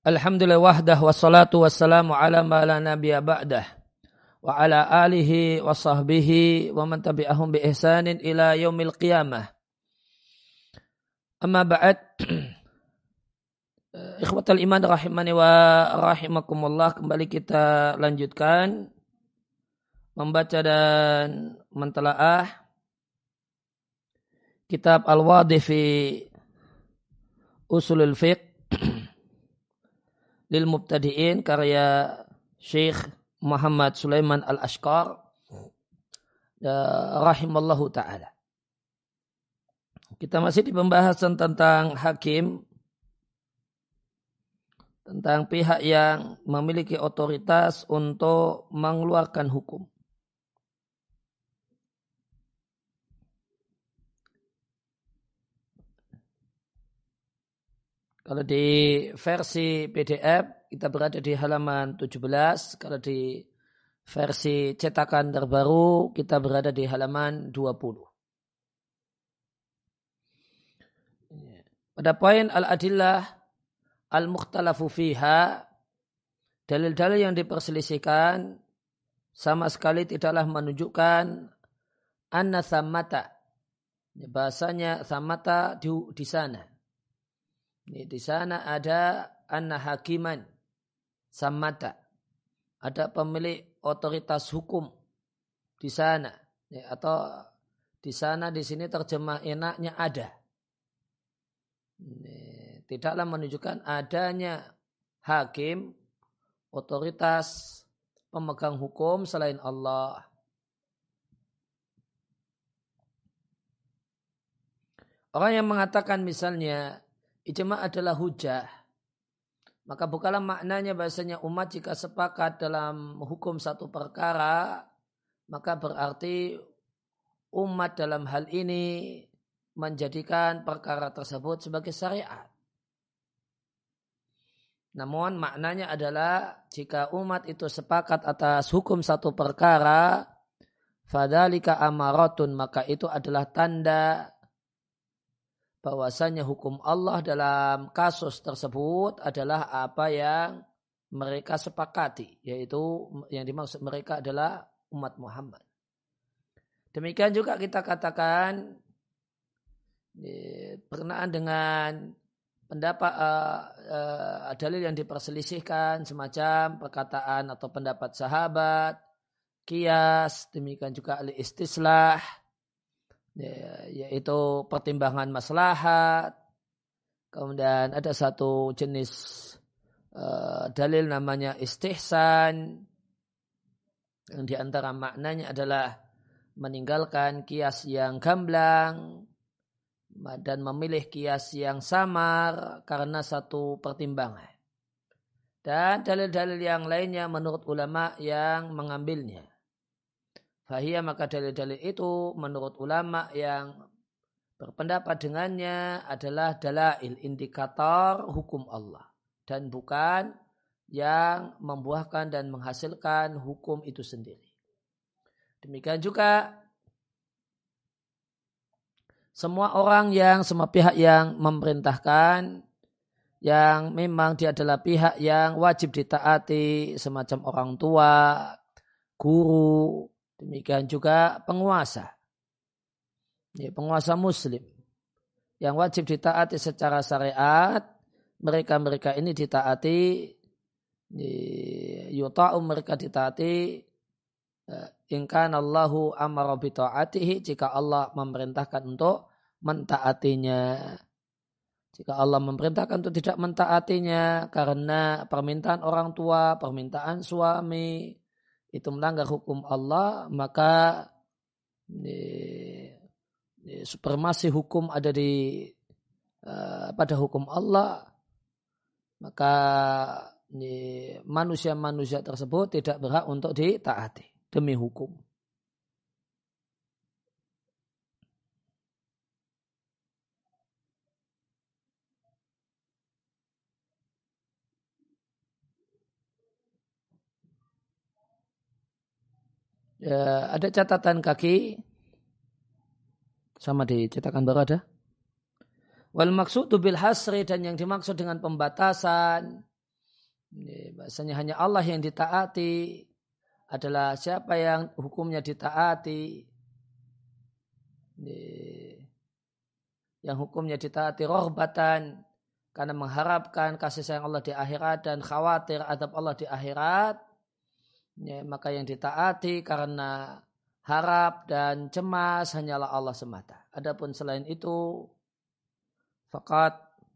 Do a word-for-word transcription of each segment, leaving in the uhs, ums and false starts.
Alhamdulillah wahdah wassalatu wassalamu ala ma la nabiyya ba'dah wa ala alihi wa sahbihi wa man tabi'ahum bi ihsanin ila yaumil qiyamah. Amma ba'd. Ikhwatal iman rahimani wa rahimakumullah, kembali kita lanjutkan membaca dan mentelaah kitab Al-Wadih fi Usulul Fiqh lil Mubtadi'in karya Syekh Muhammad Sulaiman Al-Ashqar rahimallahu ta'ala. Kita masih di pembahasan tentang hakim, tentang pihak yang memiliki otoritas untuk mengeluarkan hukum. Kalau di versi P D F kita berada di halaman tujuh belas, kalau di versi cetakan terbaru kita berada di halaman dua puluh. Pada poin al-adillah al-mukhtalafu fiha, dalil-dalil yang diperselisihkan sama sekali tidaklah menunjukkan anna thammata, bahasanya thammata di, di sana. Di sana ada anna hakiman samata, ada pemilik otoritas hukum di sana, ya, atau di sana di sini terjemah enaknya ada. Tidaklah menunjukkan adanya hakim, otoritas pemegang hukum selain Allah. Orang yang mengatakan misalnya ijma' adalah hujah, maka bukanlah maknanya bahasanya umat jika sepakat dalam hukum satu perkara, maka berarti umat dalam hal ini menjadikan perkara tersebut sebagai syariat. Namun maknanya adalah jika umat itu sepakat atas hukum satu perkara, fadzalika amaratun, maka itu adalah tanda bahwasanya hukum Allah dalam kasus tersebut adalah apa yang mereka sepakati, yaitu yang dimaksud mereka adalah umat Muhammad. Demikian juga kita katakan berkenaan dengan pendapat uh, uh, dalil yang diperselisihkan semacam perkataan atau pendapat sahabat, qiyas, demikian juga al-istislah, ya, yaitu pertimbangan maslahat. Kemudian ada satu jenis uh, dalil namanya istihsan, yang diantara maknanya adalah meninggalkan kias yang gamblang dan memilih kias yang samar karena satu pertimbangan. Dan dalil-dalil yang lainnya menurut ulama yang mengambilnya. Fahiyah, maka dalil-dalil itu menurut ulama yang berpendapat dengannya adalah dalail, indikator hukum Allah, dan bukan yang membuahkan dan menghasilkan hukum itu sendiri. Demikian juga semua orang yang, semua pihak yang memerintahkan, yang memang dia adalah pihak yang wajib ditaati, semacam orang tua, guru, demikian juga penguasa, ya, penguasa muslim yang wajib ditaati secara syariat, mereka-mereka ini ditaati, yuta'u, mereka ditaati in kana Allahu amara bi ta'atihi, jika Allah memerintahkan untuk mentaatinya. Jika Allah memerintahkan untuk tidak mentaatinya karena permintaan orang tua, permintaan suami, itu melanggar hukum Allah, maka eh, eh, supremasi hukum ada di uh, pada hukum Allah, maka eh, manusia-manusia tersebut tidak berhak untuk ditaati demi hukum. Ya, ada catatan kaki sama di cetakan baru ada. Wal maksudu bil hasri, dan yang dimaksud dengan pembatasan Bahasanya hanya Allah yang ditaati, adalah siapa yang hukumnya ditaati, yang hukumnya ditaati rohbatan, karena mengharapkan kasih sayang Allah di akhirat dan khawatir adab Allah di akhirat, ya, maka yang ditaati karena harap dan cemas hanyalah Allah semata. Adapun selain itu, fakat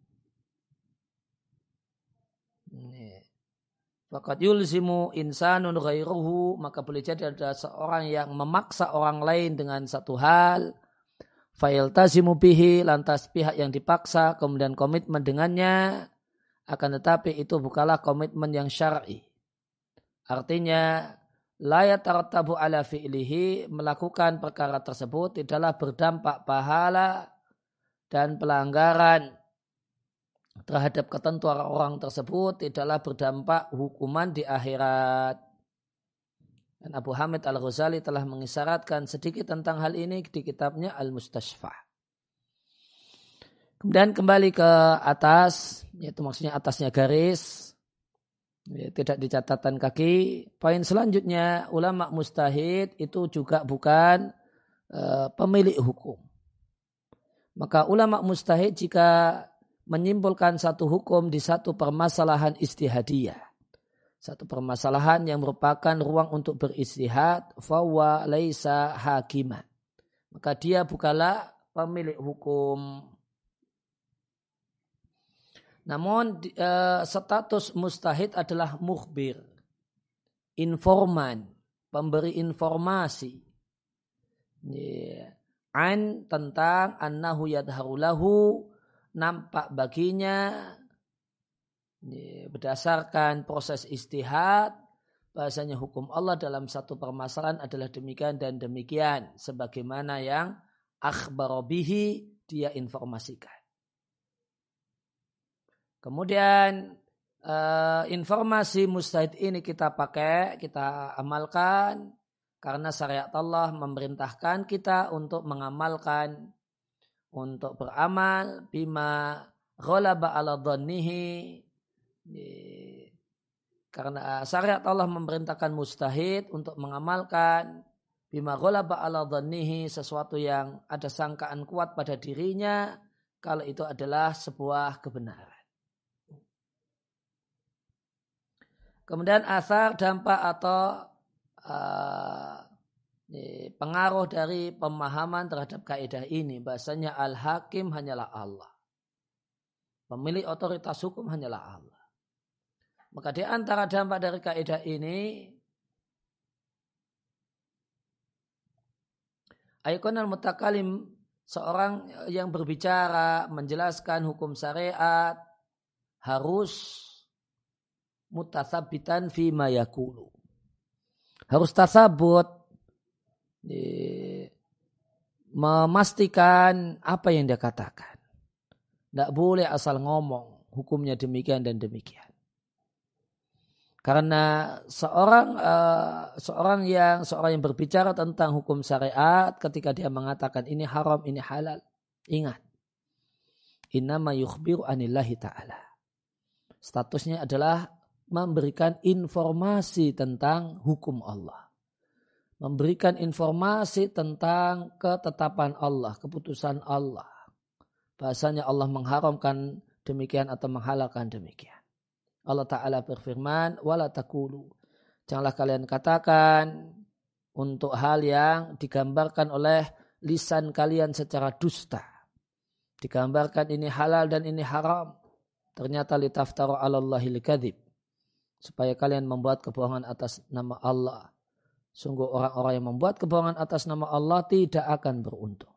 fakat yulzimu insanun ghairuhu, maka boleh jadi ada seorang yang memaksa orang lain dengan satu hal, fayaltazimu bihi, lantas pihak yang dipaksa kemudian komitmen dengannya, akan tetapi itu bukanlah komitmen yang syar'i. Artinya la yatarattabu ala fi'lihi, melakukan perkara tersebut tidaklah berdampak pahala dan pelanggaran terhadap ketentuan orang tersebut, tidaklah berdampak hukuman di akhirat. Dan Abu Hamid Al-Ghazali telah mengisyaratkan sedikit tentang hal ini di kitabnya Al-Mustashfa. Kemudian kembali ke atas, yaitu maksudnya atasnya garis, ya, tidak di catatan kaki. Poin selanjutnya, ulama mustahid itu juga bukan uh, pemilik hukum. Maka ulama mustahid jika menyimpulkan satu hukum di satu permasalahan istihadiyah, satu permasalahan yang merupakan ruang untuk beristihad, fawa laisa hakiman, maka dia bukanlah pemilik hukum. Namun status mustahid adalah mukhbir, informan, pemberi informasi, an tentang annahu yadharu lahu, nampak baginya berdasarkan proses istihad bahasanya hukum Allah dalam satu permasalahan adalah demikian dan demikian sebagaimana yang akhbara bihi, dia informasikan. Kemudian uh, informasi mustahid ini kita pakai, kita amalkan karena syariat Allah memerintahkan kita untuk mengamalkan, untuk beramal bima ghalaba ala dhannihi. Karena syariat Allah memerintahkan mustahid untuk mengamalkan bima ghalaba ala dhannihi, sesuatu yang ada sangkaan kuat pada dirinya kalau itu adalah sebuah kebenaran. Kemudian asar, dampak atau uh, pengaruh dari pemahaman terhadap kaidah ini, bahasanya al-hakim hanyalah Allah, pemilik otoritas hukum hanyalah Allah. Maka di antara dampak dari kaidah ini, aykunal mutakalim, seorang yang berbicara menjelaskan hukum syariat harus mutatsabitan fi ma yaqulu, harus tasabut, memastikan apa yang dia katakan. Tidak boleh asal ngomong hukumnya demikian dan demikian. Karena seorang uh, seorang yang seorang yang berbicara tentang hukum syariat, ketika dia mengatakan ini haram, ini halal, ingat, innama yukhbiru anillahi ta'ala. Statusnya adalah memberikan informasi tentang hukum Allah, memberikan informasi tentang ketetapan Allah, keputusan Allah. Bahasanya Allah mengharamkan demikian atau menghalalkan demikian. Allah Ta'ala berfirman, wala taqulu, janganlah kalian katakan untuk hal yang digambarkan oleh lisan kalian secara dusta. Digambarkan ini halal dan ini haram. Ternyata litaftaru 'alallahil kadzib, supaya kalian membuat kebohongan atas nama Allah. Sungguh orang-orang yang membuat kebohongan atas nama Allah tidak akan beruntung.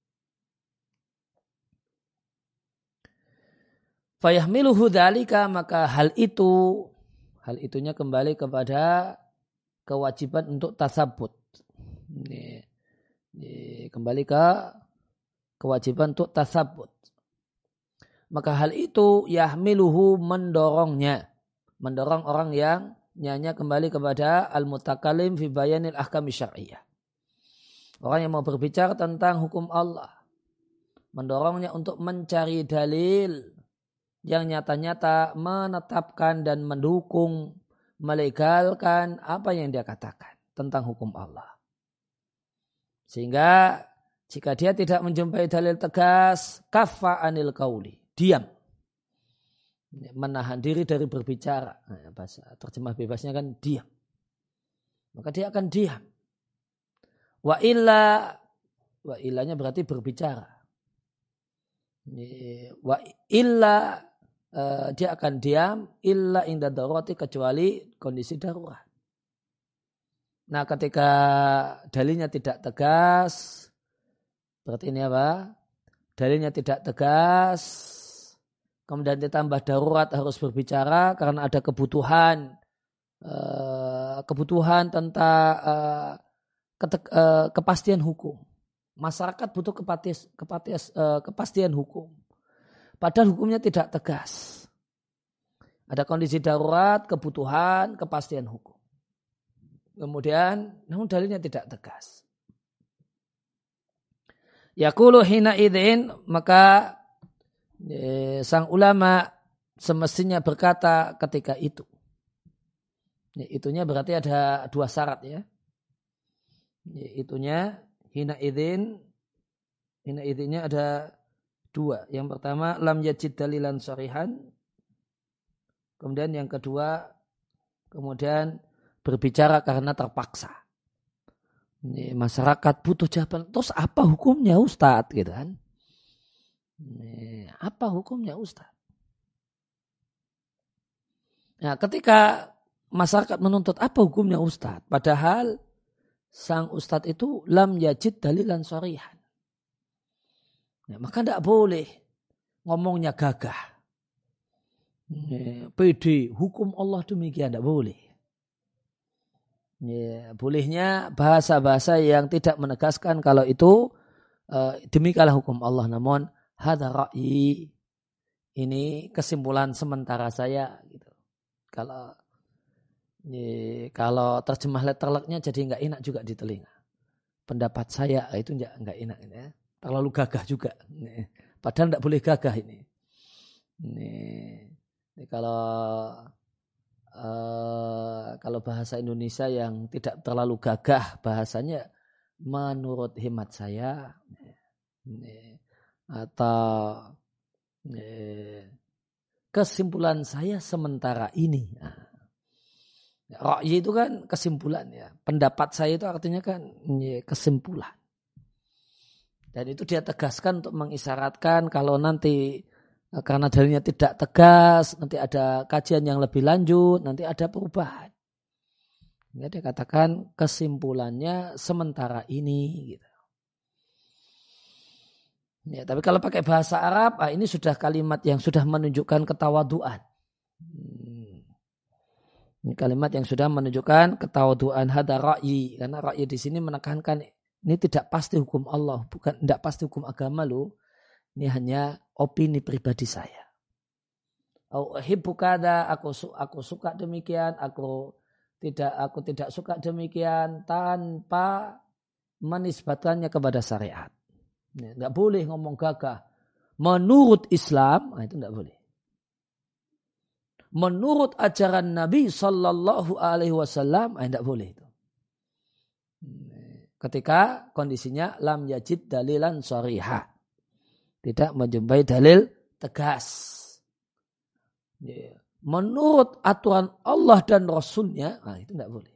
Fayahmiluhu dzalika, maka hal itu, hal itunya kembali kepada kewajiban untuk tasabbut. Ini, ini, kembali ke kewajiban untuk tasabbut. Maka hal itu yahmiluhu, mendorongnya, mendorong orang yang nyanya kembali kepada al-mutakalim fi bayanil ahkam syar'iyyah. Orang yang mau berbicara tentang hukum Allah, mendorongnya untuk mencari dalil yang nyata-nyata menetapkan dan mendukung, melegalkan apa yang dia katakan tentang hukum Allah. Sehingga jika dia tidak menjumpai dalil tegas, kaffa anil qauli, diam. Menahan diri dari berbicara. Nah, bahasa terjemah bebasnya kan diam. Maka dia akan diam. Wa illa, wa illanya berarti berbicara. Wa illa, uh, dia akan diam illa inda darurati, kecuali kondisi darurat. Nah, ketika dalilnya tidak tegas, berarti ini apa? Dalilnya tidak tegas, kemudian ditambah darurat harus berbicara karena ada kebutuhan, uh, kebutuhan tentang uh, ketek, uh, kepastian hukum. Masyarakat butuh kepatis, kepatis, uh, kepastian hukum. Padahal hukumnya tidak tegas. Ada kondisi darurat, kebutuhan, kepastian hukum. Kemudian, namun dalilnya tidak tegas. Yaqulu hina idzin, maka eh, sang ulama semestinya berkata ketika itu. Itunya berarti ada dua syarat ya. Itunya hina idzin, hina idzinnya ada dua. Yang pertama lam yajid dalilan sharihan. Kemudian yang kedua, kemudian berbicara karena terpaksa. Ini masyarakat butuh jawaban. Terus apa hukumnya Ustadz? Gitu kan? Ini, apa hukumnya Ustadz? Nah, ketika masyarakat menuntut apa hukumnya Ustadz, padahal sang Ustadz itu lam yajid dalilan sharihan. Nah, maka tidak boleh ngomongnya gagah. Ini, pede, hukum Allah demikian, tidak boleh. Ya, bolehnya bahasa-bahasa yang tidak menegaskan kalau itu uh, demikianlah hukum Allah. Namun hadza ra'yi, ini kesimpulan sementara saya. Gitu. Kalau ya, kalau terjemah letterleknya jadi nggak enak juga di telinga. Pendapat saya itu nggak nggak enak, ya. Terlalu gagah juga. Nih. Padahal nggak boleh gagah ini. Nih. Ini kalau Uh, kalau bahasa Indonesia yang tidak terlalu gagah bahasanya, menurut hemat saya, nih, atau nih, kesimpulan saya sementara ini. Nah, ra'yi itu kan kesimpulan ya. Pendapat saya itu artinya kan nih, kesimpulan. Dan itu dia tegaskan untuk mengisyaratkan kalau nanti karena dalilnya tidak tegas, nanti ada kajian yang lebih lanjut, nanti ada perubahan. Ya, dia katakan kesimpulannya sementara ini. Gitu. Ya, tapi kalau pakai bahasa Arab, ah, ini sudah kalimat yang sudah menunjukkan ketawaduan. Hmm. Ini kalimat yang sudah menunjukkan ketawaduan hadza ra'yi. Karena ra'yi di sini menekankan ini tidak pasti hukum Allah, bukan tidak pasti hukum agama loh. Ini hanya opini pribadi saya. Hibbukada, aku aku suka demikian, aku tidak aku tidak suka demikian tanpa menisbatkannya kepada syariat. Tidak boleh ngomong gagah. Menurut Islam, itu tidak boleh. Menurut ajaran Nabi Sallallahu Alaihi Wasallam, tidak boleh itu. Ketika kondisinya lam yajid dalilan shariha. Tidak menjumpai dalil tegas. Menurut aturan Allah dan Rasulnya, nah itu tidak boleh.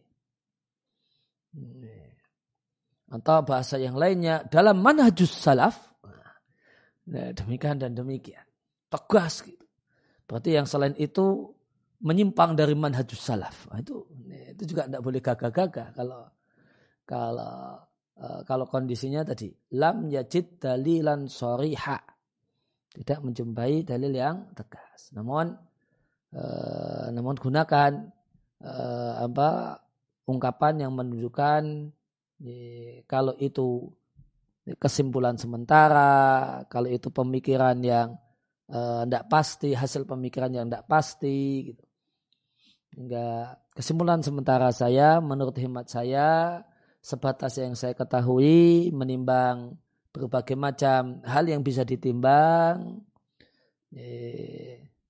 Atau bahasa yang lainnya, dalam manhajus salaf, nah, demikian dan demikian. Tegas gitu. Berarti yang selain itu menyimpang dari manhajus salaf. Nah, itu, itu juga tidak boleh gagah-gagah. Kalau kalau Uh, kalau kondisinya tadi lam yajid dalilan shariha, tidak menjumpai dalil yang tegas. Namun uh, namun gunakan uh, apa ungkapan yang menunjukkan ya, kalau itu kesimpulan sementara, kalau itu pemikiran yang tidak uh, pasti, hasil pemikiran yang tidak pasti gitu. Hingga kesimpulan sementara saya, menurut hemat saya, sebatas yang saya ketahui, menimbang berbagai macam hal yang bisa ditimbang, eh,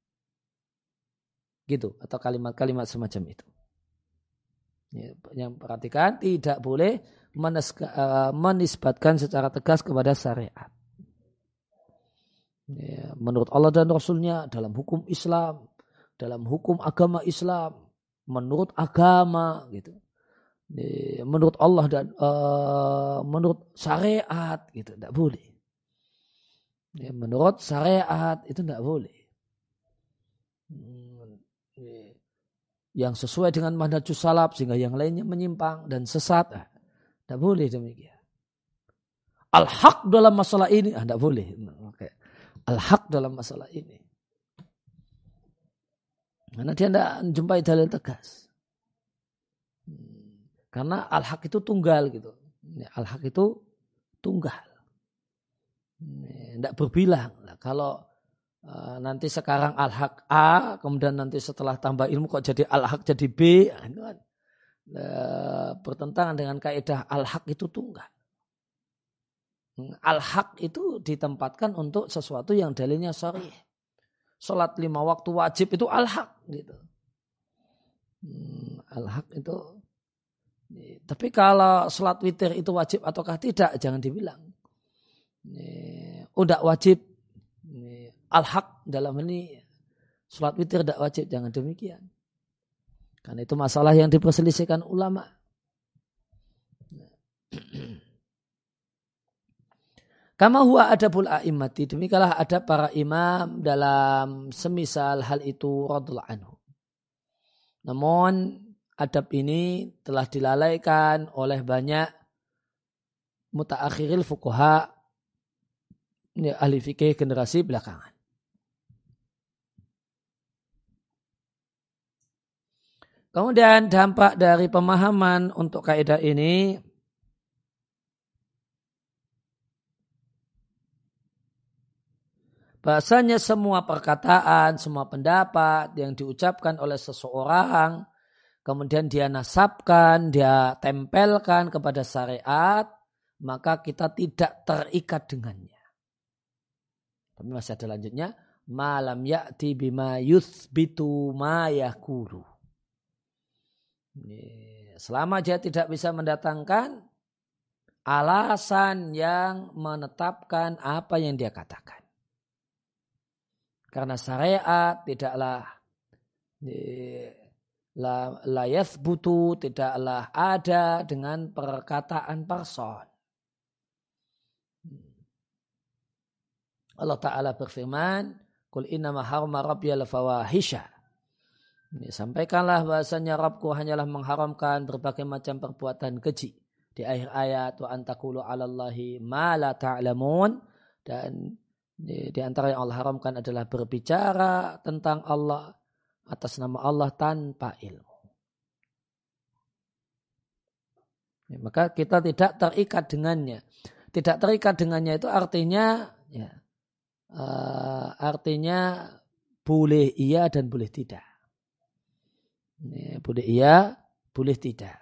Gitu, atau kalimat-kalimat semacam itu. Ya, yang perhatikan tidak boleh meneska, uh, menisbatkan secara tegas kepada syariat. Ya, menurut Allah dan Rasulnya dalam hukum Islam, dalam hukum agama Islam, menurut agama gitu. Ya, menurut Allah dan uh, menurut syariat gitu, tidak boleh. Ya, menurut syariat itu tidak boleh. Hmm, ya. Yang sesuai dengan manhajus salaf sehingga yang lainnya menyimpang dan sesat. Ah, tidak boleh demikian. Al-haq dalam masalah ini, ah, tidak boleh. Okay. Al-haq dalam masalah ini. Karena dia tidak menjumpai dalil tegas. Karena al-haq itu tunggal gitu. Al-haq itu tunggal. Tidak berbilang. Kalau uh, nanti sekarang al-haq A, kemudian nanti setelah tambah ilmu kok jadi al-haq jadi B, itu kan uh, bertentangan dengan kaidah al-haq itu tunggal. Al-haq itu ditempatkan untuk sesuatu yang dalilnya sharih. Salat lima waktu wajib itu al-haq gitu. Hmm, al-haq itu. Tapi kalau salat witir itu wajib ataukah tidak, jangan dibilang. Udah wajib. Al-haq dalam ini salat witir tidak wajib, jangan demikian. Karena itu masalah yang diperselisihkan ulama. Kama huwa adabul a'immati, demikianlah adab para imam dalam semisal hal itu radhiyallahu anhu. Namun adab ini telah dilalaikan oleh banyak mutaakhiril fuqaha, ahli fikih generasi belakangan. Kemudian dampak dari pemahaman untuk kaidah ini, bahasanya semua perkataan, semua pendapat yang diucapkan oleh seseorang, kemudian dia nasabkan, dia tempelkan kepada syariat, maka kita tidak terikat dengannya. Tapi masih ada lanjutnya, malam ya'ti bima yuthbitu ma yakulu. Selama dia tidak bisa mendatangkan alasan yang menetapkan apa yang dia katakan. Karena syariat tidaklah la, la yathbutu, tidaklah ada dengan perkataan person. Allah Ta'ala berfirman, Qul innama harma rabbiyal fawahisha. Sampaikanlah bahasanya Rabbku hanyalah mengharamkan berbagai macam perbuatan keji. Di akhir ayat, wa antakulu 'alallahi ma la ta'lamun, dan di, di antara yang Allah haramkan adalah berbicara tentang Allah atas nama Allah tanpa ilmu. Ya, maka kita tidak terikat dengannya. Tidak terikat dengannya itu artinya ya, uh, artinya boleh iya dan boleh tidak. Ya, boleh iya, boleh tidak.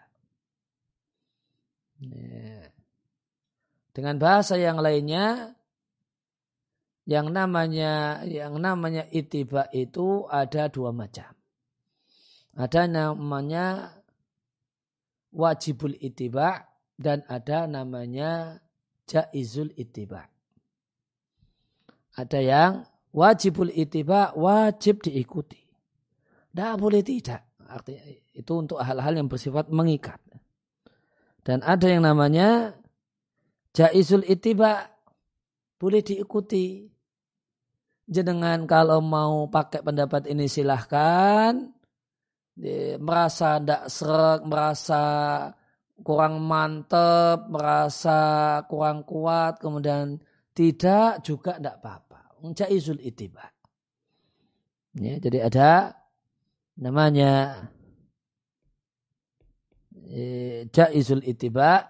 Ya. Dengan bahasa yang lainnya, yang namanya yang namanya ittiba itu ada dua macam. Ada namanya wajibul ittiba dan ada namanya jaizul ittiba. Ada yang wajibul ittiba, wajib diikuti. Tidak boleh tidak. Artinya itu untuk hal-hal yang bersifat mengikat. Dan ada yang namanya jaizul ittiba, boleh diikuti. Jenengan kalau mau pakai pendapat ini silahkan. Merasa tidak serak, merasa kurang mantep, merasa kurang kuat, kemudian tidak juga tidak apa-apa. Jaizul ittiba. Ya, jadi ada namanya eh, jaizul ittiba.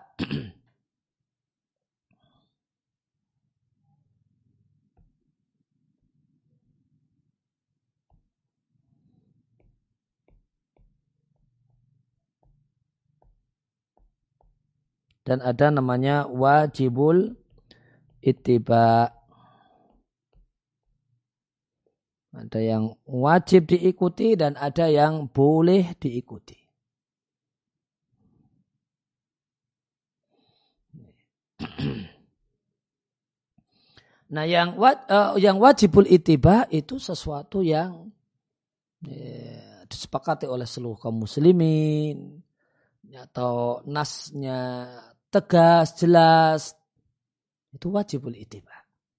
Dan ada namanya wajibul ittiba. Ada yang wajib diikuti dan ada yang boleh diikuti. Nah, yang uh, yang wajibul ittiba itu sesuatu yang ya, disepakati oleh seluruh kaum muslimin atau nasnya tegas, jelas, itu wajibul ittiba.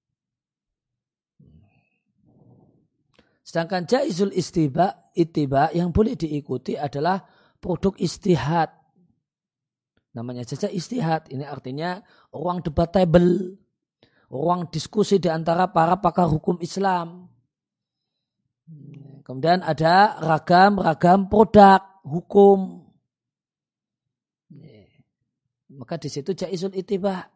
Sedangkan jaizul istiba, ittiba yang boleh diikuti adalah produk istihad. Namanya saja istihad. Ini artinya ruang debatable, ruang diskusi di antara para pakar hukum Islam. Kemudian ada ragam-ragam produk hukum. Maka di situ jaizul ittiba.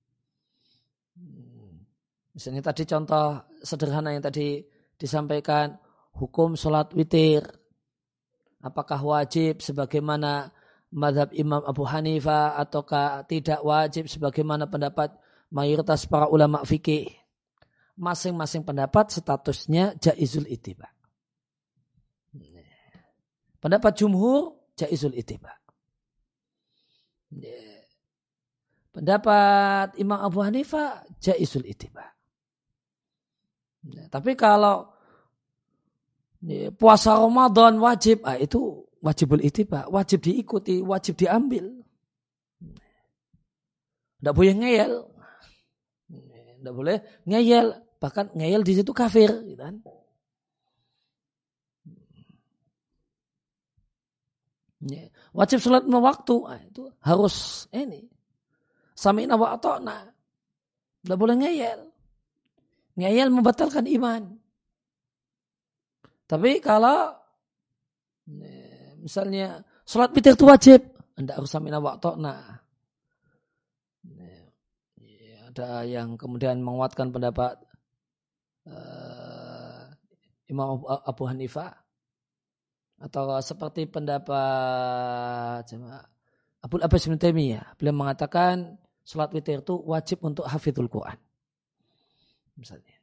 Misalnya tadi contoh sederhana yang tadi disampaikan, hukum sholat witir. Apakah wajib sebagaimana mazhab Imam Abu Hanifah ataukah tidak wajib sebagaimana pendapat mayoritas para ulama fikih. Masing-masing pendapat statusnya jaizul ittiba. Pendapat jumhur jaizul ittiba. Pendapat Imam Abu Hanifah jaizul ittiba. Tapi kalau puasa Ramadan wajib, ah, itu wajibul ittiba, wajib diikuti, wajib diambil. Tidak boleh ngeyel. Tidak boleh ngeyel, bahkan ngeyel di situ kafir, gitu kan? Wajib sholat lima waktu, ah, itu harus ini. Sami'na wa ata'na. Tidak boleh ngeyel. Ngeyel membatalkan iman. Tapi kalau misalnya sholat witir itu wajib, anda harus sami'na wa ata'na. Ada yang kemudian menguatkan pendapat uh, Imam Abu Hanifah, atau seperti pendapat Abu Abbas bin Taimiyah, beliau mengatakan sholat witir itu wajib untuk hafizul Quran. Misalnya.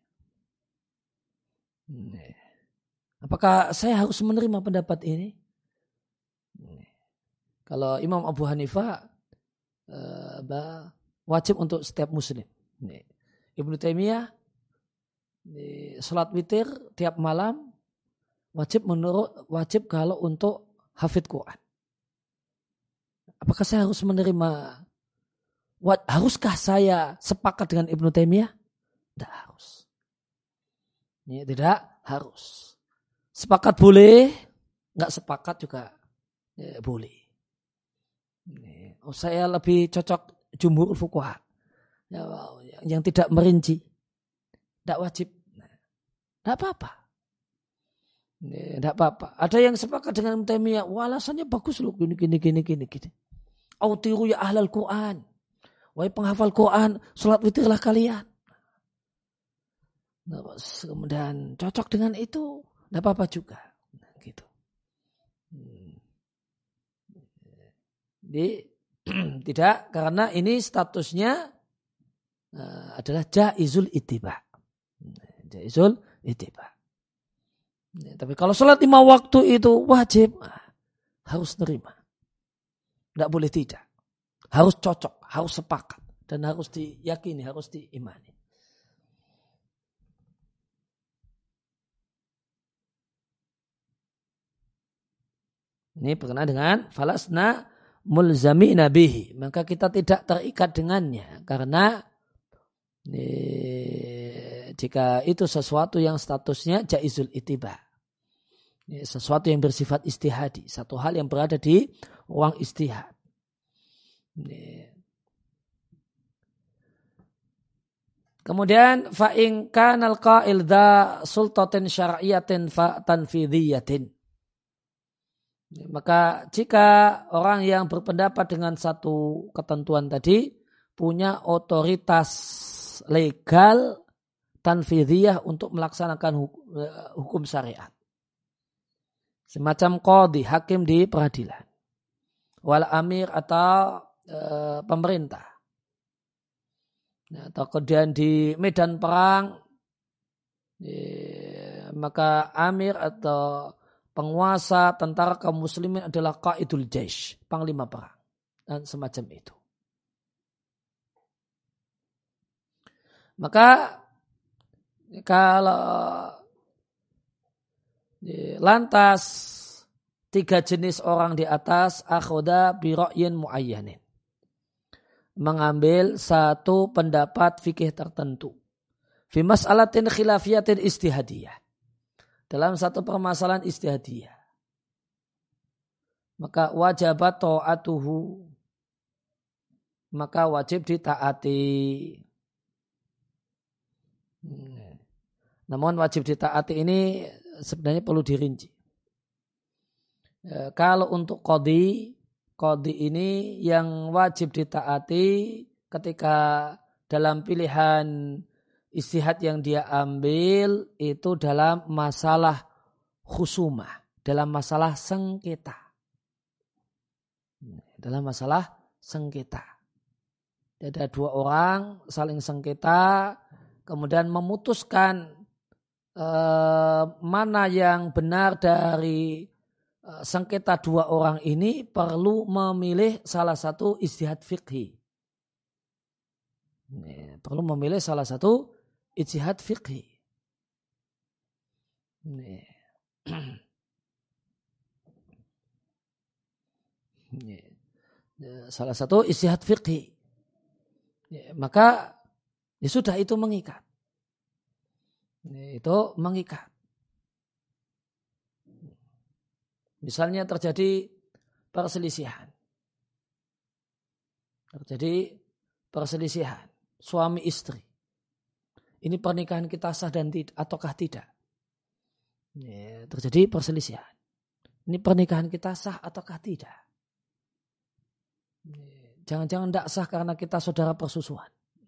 Apakah saya harus menerima pendapat ini? Kalau Imam Abu Hanifah uh, wajib untuk setiap muslim. Ibnu Taimiyah sholat witir tiap malam wajib menurut wajib kalau untuk hafidz Quran. Apakah saya harus menerima? Haruskah saya sepakat dengan Ibnu Taimiyah? Tidak harus. Ini tidak harus. Sepakat boleh, nggak sepakat juga ya, boleh. Ini, oh, saya lebih cocok jumhur fuqaha ya, yang tidak merinci, tidak wajib. Tidak apa-apa. Tidak apa-apa. Ada yang sepakat dengan Ibnu Taimiyah, alasannya bagus loh, gini gini gini gini gini. Autiru ya ahlal Quran. Wahai penghafal Quran, sholat witirlah kalian. Nah, kemudian cocok dengan itu, tidak apa-apa juga. Nah, gitu. Jadi tidak, karena ini statusnya uh, adalah jaizul ittiba. Jaizul ittiba. Ya, tapi kalau sholat lima waktu itu wajib, harus nerima. Tidak boleh tidak. Harus cocok, harus sepakat. Dan harus diyakini, harus diimani. Ini berkenaan dengan falasna mulzami nabihi. Maka kita tidak terikat dengannya. Karena eh, jika itu sesuatu yang statusnya jaizul ittiba. Eh, sesuatu yang bersifat istihadi. Satu hal yang berada di ruang istihad. Eh. Kemudian fa'in kanal qa'il dha sultatin syar'iyatin fa tanfidhiyatin. Maka jika orang yang berpendapat dengan satu ketentuan tadi punya otoritas legal tanfidhiyah untuk melaksanakan hukum syariat. Semacam qadhi, hakim di peradilan. Wal amir atau e, pemerintah. Atau kemudian di medan perang e, maka amir atau penguasa tentara kaum muslimin adalah qaidul jaish, panglima perang dan semacam itu. Maka kalau lantas tiga jenis orang di atas akhoda bi ra'yin muayyanin, mengambil satu pendapat fikih tertentu fi mas'alatin khilafiyatin istihadiyah, dalam satu permasalahan istihadiyah, maka wajabat ta'atuhu, maka wajib ditaati. Namun wajib ditaati ini sebenarnya perlu dirinci. E, kalau untuk qadhi, qadhi ini yang wajib ditaati ketika dalam pilihan istihad yang dia ambil itu dalam masalah khusumah, dalam masalah sengketa. Dalam masalah sengketa. Ada dua orang saling sengketa, kemudian memutuskan eh, mana yang benar dari eh, sengketa dua orang ini, perlu memilih salah satu ijtihad fiqhi. Ini, perlu memilih salah satu ijtihad fiqhi. Ini. Ini. Salah satu ijtihad fiqhi. Ya, maka ya sudah, itu mengikat. Itu mengikat. Misalnya terjadi perselisihan. Terjadi perselisihan. Suami istri. Ini pernikahan kita sah dan tidak, ataukah tidak? Ya, terjadi perselisihan. Ini pernikahan kita sah ataukah tidak? Ya, jangan-jangan tidak sah karena kita saudara persusuan.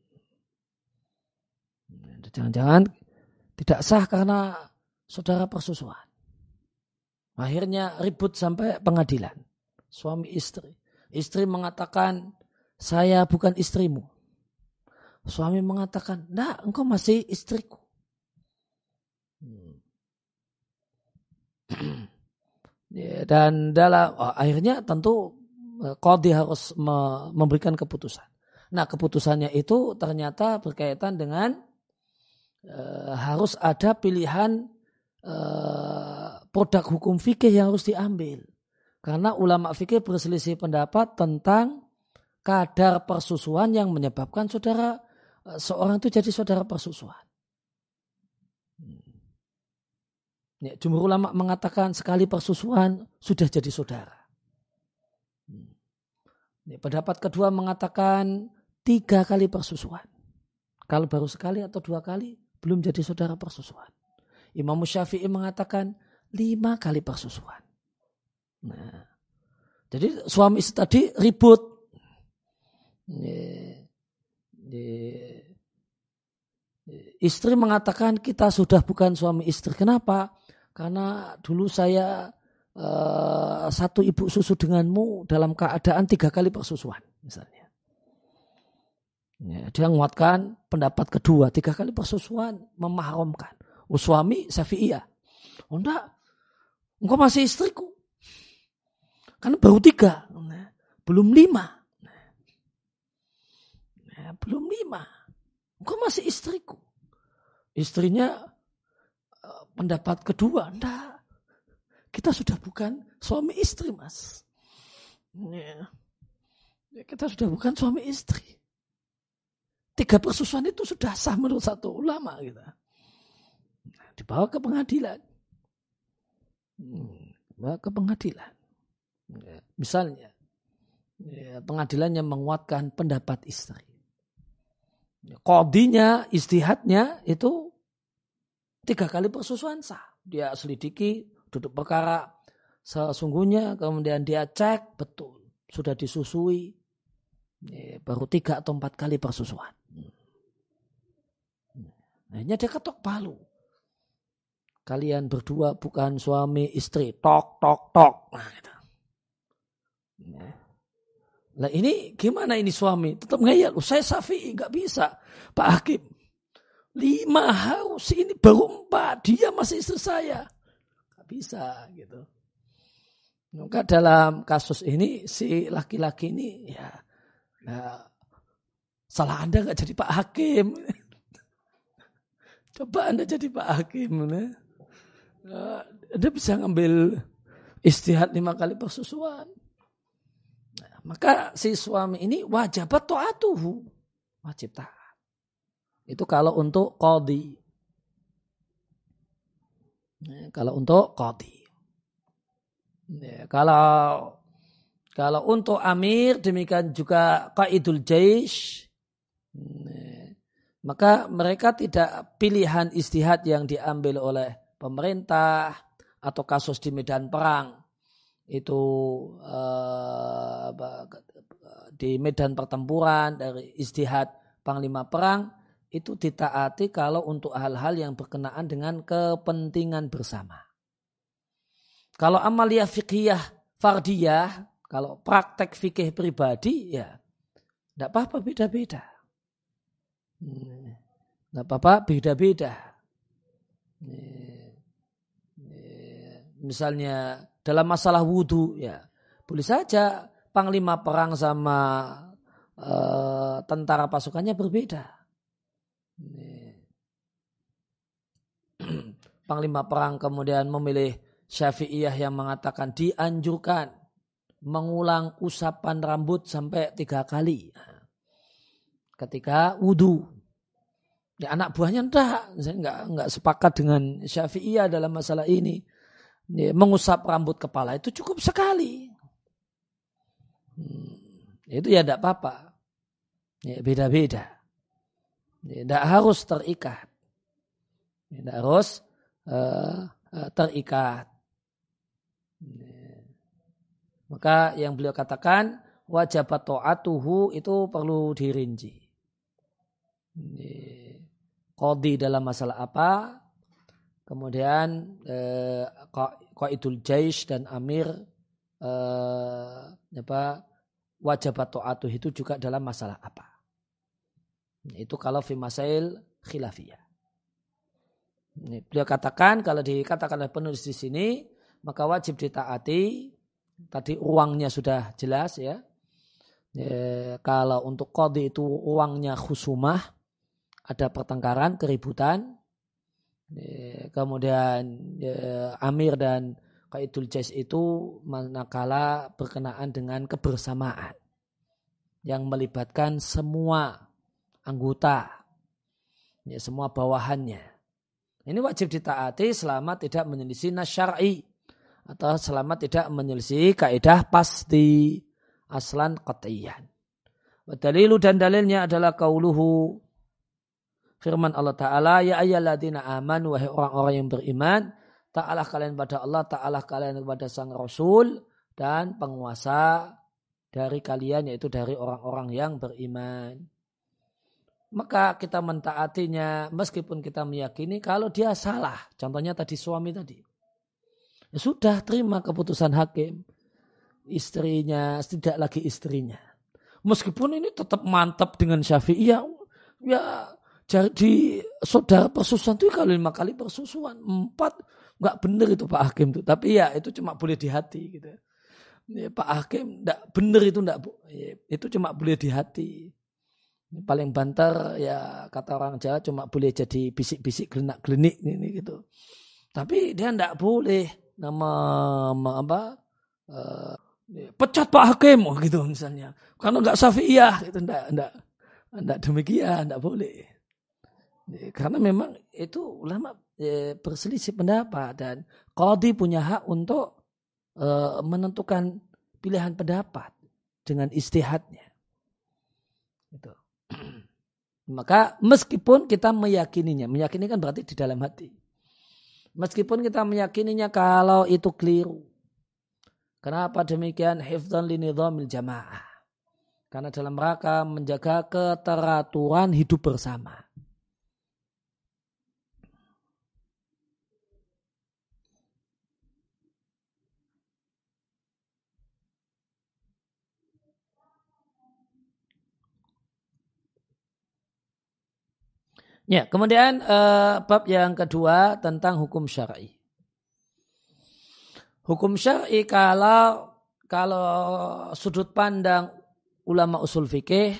Jangan-jangan tidak sah karena saudara persusuan. Akhirnya ribut sampai pengadilan. Suami istri. Istri mengatakan, saya bukan istrimu. Suami mengatakan, nah, engkau masih istriku. Dan dalam oh, akhirnya tentu qadhi harus memberikan keputusan. Nah, keputusannya itu ternyata berkaitan dengan e, harus ada pilihan e, produk hukum fikih yang harus diambil. Karena ulama fikih berselisih pendapat tentang kadar persusuan yang menyebabkan saudara e, seorang itu jadi saudara persusuan. Ya, jumhur ulama mengatakan sekali persusuan sudah jadi saudara. Ya, pendapat kedua mengatakan tiga kali persusuan. Kalau baru sekali atau dua kali belum jadi saudara persusuan. Imam Syafi'i mengatakan lima kali persusuan. Nah, jadi suami istri tadi ribut. Ya, ya, istri mengatakan kita sudah bukan suami istri. Kenapa? Karena dulu saya Uh, satu ibu susu denganmu dalam keadaan tiga kali persusuan misalnya. Ya, dia menguatkan pendapat kedua, tiga kali persusuan memahramkan. Oh, suami Syafi'iyah. Oh enggak, engkau masih istriku. Karena baru tiga, nah, belum lima. Nah, belum lima. Engkau masih istriku. Istrinya uh, pendapat kedua, enggak. Kita sudah bukan suami istri, mas. Ya. Kita sudah bukan suami istri. Tiga persusuan itu sudah sah menurut satu ulama kita. Nah, dibawa ke pengadilan. Hmm, dibawa ke pengadilan. Ya. Misalnya, ya, pengadilannya menguatkan pendapat istri. Ya, qadhinya, istihadnya itu tiga kali persusuan sah. Dia selidiki duduk perkara sesungguhnya, kemudian dia cek betul sudah disusui ya, baru tiga atau empat kali persusuan. Akhirnya dia ketok palu. Kalian berdua bukan suami istri. Tok tok tok. Nah, gitu. Nah. Lah ini gimana ini suami? Tetap ngeyel. Oh, saya Syafi'i nggak bisa, Pak Hakim. lima harus, ini baru empat, dia masih istri saya. Gak bisa gitu. Maka dalam kasus ini si laki-laki ini ya, ya salah Anda gak jadi Pak Hakim. Coba Anda jadi Pak Hakim. Nah. Anda bisa ngambil istihad lima kali persusuan. Nah, maka si suami ini wajibat ta'atuhu. Wajib taat. Itu kalau untuk qadhi. Nah, kalau untuk qadhi. Nah, kalau kalau untuk amir demikian juga qaidul jaish. Nah, maka mereka tidak pilihan istihad yang diambil oleh pemerintah atau kasus di medan perang itu eh, di medan pertempuran dari istihad panglima perang itu ditaati kalau untuk hal-hal yang berkenaan dengan kepentingan bersama. Kalau amaliyah fikih fardiyah, kalau praktek fikih pribadi ya tidak apa-apa beda-beda. Tidak apa-apa beda-beda. Misalnya dalam masalah wudhu ya boleh saja panglima perang sama uh, tentara pasukannya berbeda. Panglima perang kemudian memilih Syafi'iyah yang mengatakan dianjurkan mengulang usapan rambut sampai tiga kali ketika wudhu. Ya, anak buahnya enggak, saya enggak, enggak sepakat dengan Syafi'iyah dalam masalah ini. Ya, mengusap rambut kepala itu cukup sekali. Hmm, itu ya enggak apa-apa. Ya, beda-beda. Ya, enggak harus terikat. Ya, enggak harus uh, uh, terikat. Ya. Maka yang beliau katakan wajibat ta'atuhu itu perlu dirinci. Ya. Qadhi dalam masalah apa? Kemudian eh, qaidul jaish dan amir eh, apa wajibat ta'atuh itu juga dalam masalah apa? Itu kalau fi masail khilafiyah. Ini beliau katakan kalau dikatakan oleh penulis di sini maka wajib ditaati. Tadi uangnya sudah jelas ya. E, kalau untuk qadhi itu uangnya khusumah, ada pertengkaran, keributan. E, kemudian e, amir dan qaidul jais itu manakala berkenaan dengan kebersamaan yang melibatkan semua anggota, ya, semua bawahannya. Ini wajib ditaati selama tidak menyelisih nas syar'i atau selama tidak menyelisih kaidah pasti aslan qat'iyan. Dalilu dan dalilnya adalah qauluhu firman Allah Ta'ala, ya ayyalladzina amanu wahai orang-orang yang beriman, ta'alah kalian pada Allah, ta'alah kalian kepada sang Rasul dan penguasa dari kalian yaitu dari orang-orang yang beriman. Maka kita mentaatinya meskipun kita meyakini kalau dia salah. Contohnya tadi suami tadi. Ya sudah terima keputusan hakim. Istrinya tidak lagi istrinya. Meskipun ini tetap mantap dengan Syafi'iyah. Ya jadi saudara persusuan itu kalau lima kali persusuan. Empat nggak benar itu Pak Hakim itu. Tapi ya itu cuma boleh di hati gitu. Ya, Pak Hakim nggak benar itu nggak, ya, itu cuma boleh di hati. Paling banter ya kata orang Jawa cuma boleh jadi bisik-bisik gelenak-gelenik ini gitu. Tapi dia nggak boleh nama apa uh, pecat Pak Hakim oh gitu misalnya. Karena nggak Syafi'iyah itu nggak nggak nggak demikian, nggak boleh. Karena memang itu ulama eh, berselisih pendapat dan qadhi punya hak untuk eh, menentukan pilihan pendapat dengan istihadnya. Itu. Maka meskipun kita meyakininya, meyakini kan berarti di dalam hati. Meskipun kita meyakininya kalau itu keliru. Kenapa demikian? Hifdzan li nizamil jamaah. Karena dalam rangka menjaga keteraturan hidup bersama. Ya, kemudian eh, bab yang kedua tentang hukum syar'i. Hukum syar'i kalau kalau sudut pandang ulama usul fikih,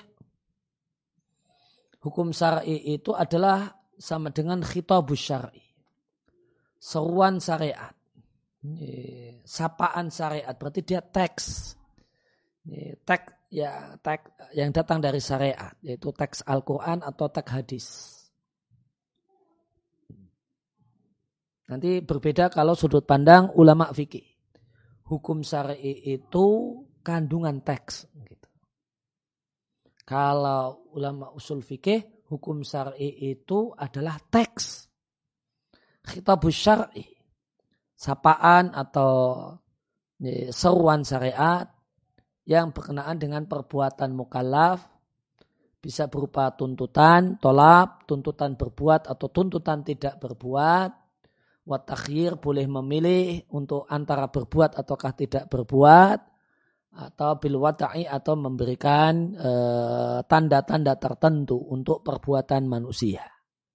hukum syar'i itu adalah sama dengan khitabus syar'i. Seruan syariat. Sapaan syariat, berarti dia teks. Teks ya teks yang datang dari syariat, yaitu teks Al-Quran atau teks hadis. Nanti berbeda kalau sudut pandang ulama fikih. Hukum syar'i itu kandungan teks. Gitu. Kalau ulama usul fikih, hukum syar'i itu adalah teks. Khitabus syar'i. Sapaan atau ya, seruan syariat yang berkenaan dengan perbuatan mukallaf. Bisa berupa tuntutan, tolak, tuntutan berbuat atau tuntutan tidak berbuat. Wat takhir boleh memilih untuk antara berbuat ataukah tidak berbuat, atau bil wada'i atau memberikan e, tanda-tanda tertentu untuk perbuatan manusia.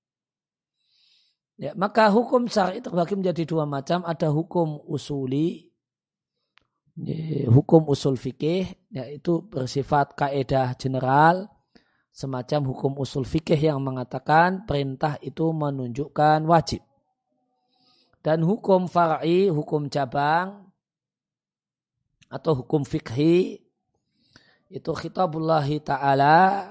Ya, maka hukum syar'i terbagi menjadi dua macam, ada hukum usuli, ya, hukum usul fikih, yaitu bersifat kaidah general, semacam hukum usul fikih yang mengatakan perintah itu menunjukkan wajib. Dan hukum far'i, hukum cabang atau hukum fikhi itu khitabullahi ta'ala,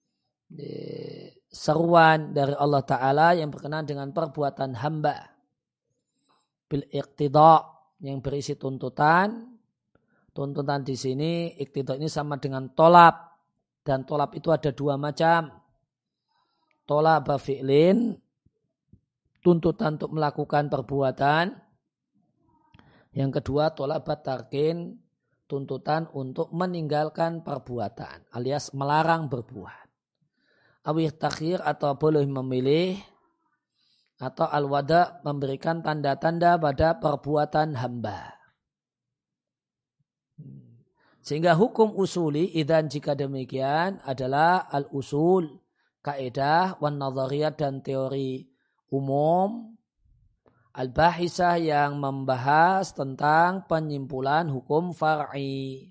seruan dari Allah Ta'ala yang berkenaan dengan perbuatan hamba bil iqtida yang berisi tuntutan. Tuntutan di sini iqtida ini sama dengan tolab, dan tolab itu ada dua macam. Tolaba fi'lin, tuntutan untuk melakukan perbuatan. Yang kedua tolabat tarkin, tuntutan untuk meninggalkan perbuatan alias melarang berbuat. Awih takhir atau boleh memilih, atau al-wada memberikan tanda-tanda pada perbuatan hamba. Sehingga hukum usuli idan jika demikian adalah al-usul, kaidah, wan nadhariyat dan teori umum, al-bahisah yang membahas tentang penyimpulan hukum far'i.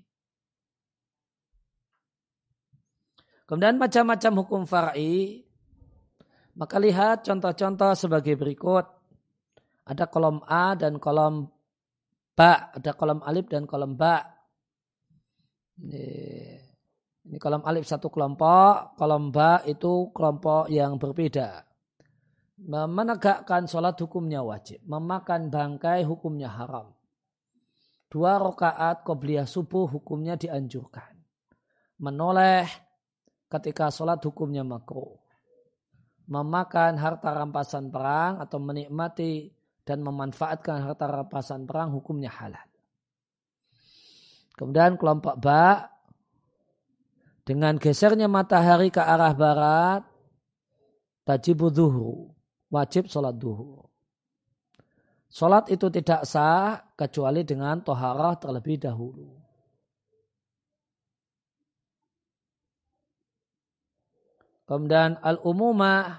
Kemudian macam-macam hukum far'i, maka lihat contoh-contoh sebagai berikut. Ada kolom A dan kolom ba, ada kolom alif dan kolom ba. Ini, ini kolom alif satu kelompok, kolom ba itu kelompok yang berbeda. Menegakkan sholat hukumnya wajib, memakan bangkai hukumnya haram. Dua rakaat qobliyah subuh hukumnya dianjurkan. Menoleh ketika sholat hukumnya makruh. Memakan harta rampasan perang atau menikmati dan memanfaatkan harta rampasan perang hukumnya halal. Kemudian kelompok ba, dengan gesernya matahari ke arah barat, tajibu dhuhru, wajib sholat duhur. Sholat itu tidak sah kecuali dengan toharah terlebih dahulu. Kemudian al-umumah,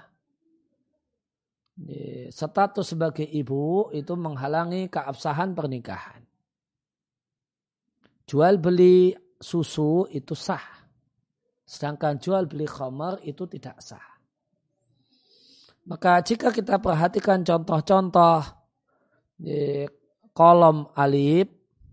status sebagai ibu itu menghalangi keabsahan pernikahan. Jual beli susu itu sah, sedangkan jual beli khamar itu tidak sah. Maka jika kita perhatikan contoh-contoh di kolom alif,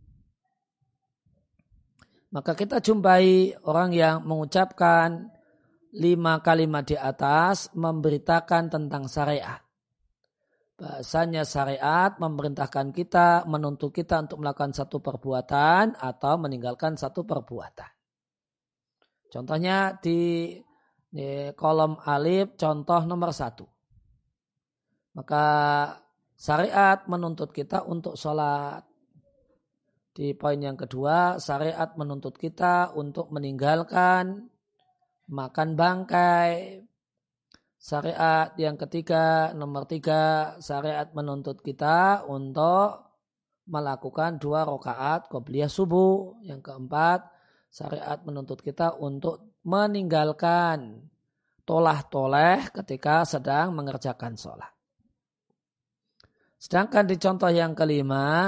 maka kita jumpai orang yang mengucapkan lima kalimat di atas memberitakan tentang syariat. Bahasanya syariat memerintahkan kita, menuntut kita untuk melakukan satu perbuatan atau meninggalkan satu perbuatan. Contohnya di, di kolom alif, contoh nomor satu. Maka syariat menuntut kita untuk sholat. Di poin yang kedua, syariat menuntut kita untuk meninggalkan makan bangkai. Syariat yang ketiga, nomor tiga, syariat menuntut kita untuk melakukan dua rakaat qobliyah subuh. Yang keempat, syariat menuntut kita untuk meninggalkan tolah-toleh ketika sedang mengerjakan sholat. Sedangkan di contoh yang kelima,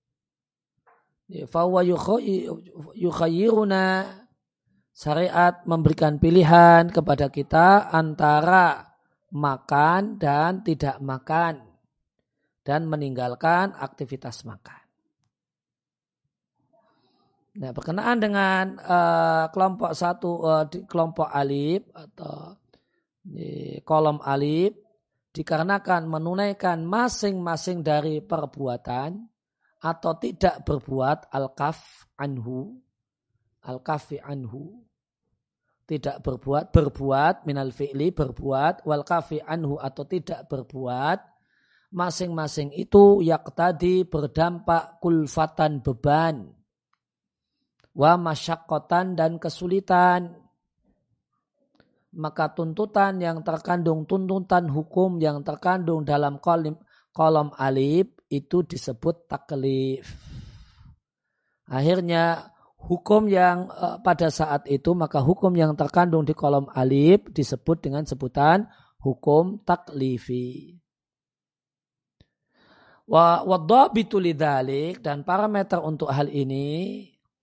fahuwa yukhayyiruna, syariat memberikan pilihan kepada kita antara makan dan tidak makan dan meninggalkan aktivitas makan. Nah, berkenaan dengan uh, kelompok satu, uh, di kelompok alif atau di kolom alif, dikarenakan menunaikan masing-masing dari perbuatan atau tidak berbuat al-kaf anhu, al-kafi anhu, tidak berbuat, berbuat minal fi'li, berbuat, wal kafi anhu atau tidak berbuat, masing-masing itu yaqtadi berdampak kulfatan beban, wa masyaqqatan dan kesulitan. Maka tuntutan yang terkandung, tuntutan hukum yang terkandung dalam kolom, kolom alif itu disebut taklif. Akhirnya hukum yang uh, pada saat itu, maka hukum yang terkandung di kolom alif disebut dengan sebutan hukum taklifi. Wa wadhabitu lidzalik, dan parameter untuk hal ini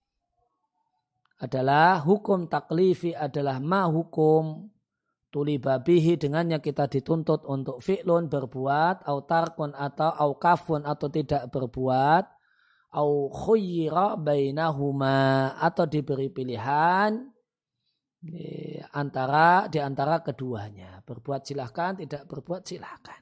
adalah hukum taklifi adalah ma hukum tuliba bihi, dengannya kita dituntut untuk fi'lun berbuat, au tarkun atau au kafun atau tidak berbuat, au khuyyira bainahuma atau diberi pilihan di antara di antara keduanya, berbuat silahkan, tidak berbuat silahkan.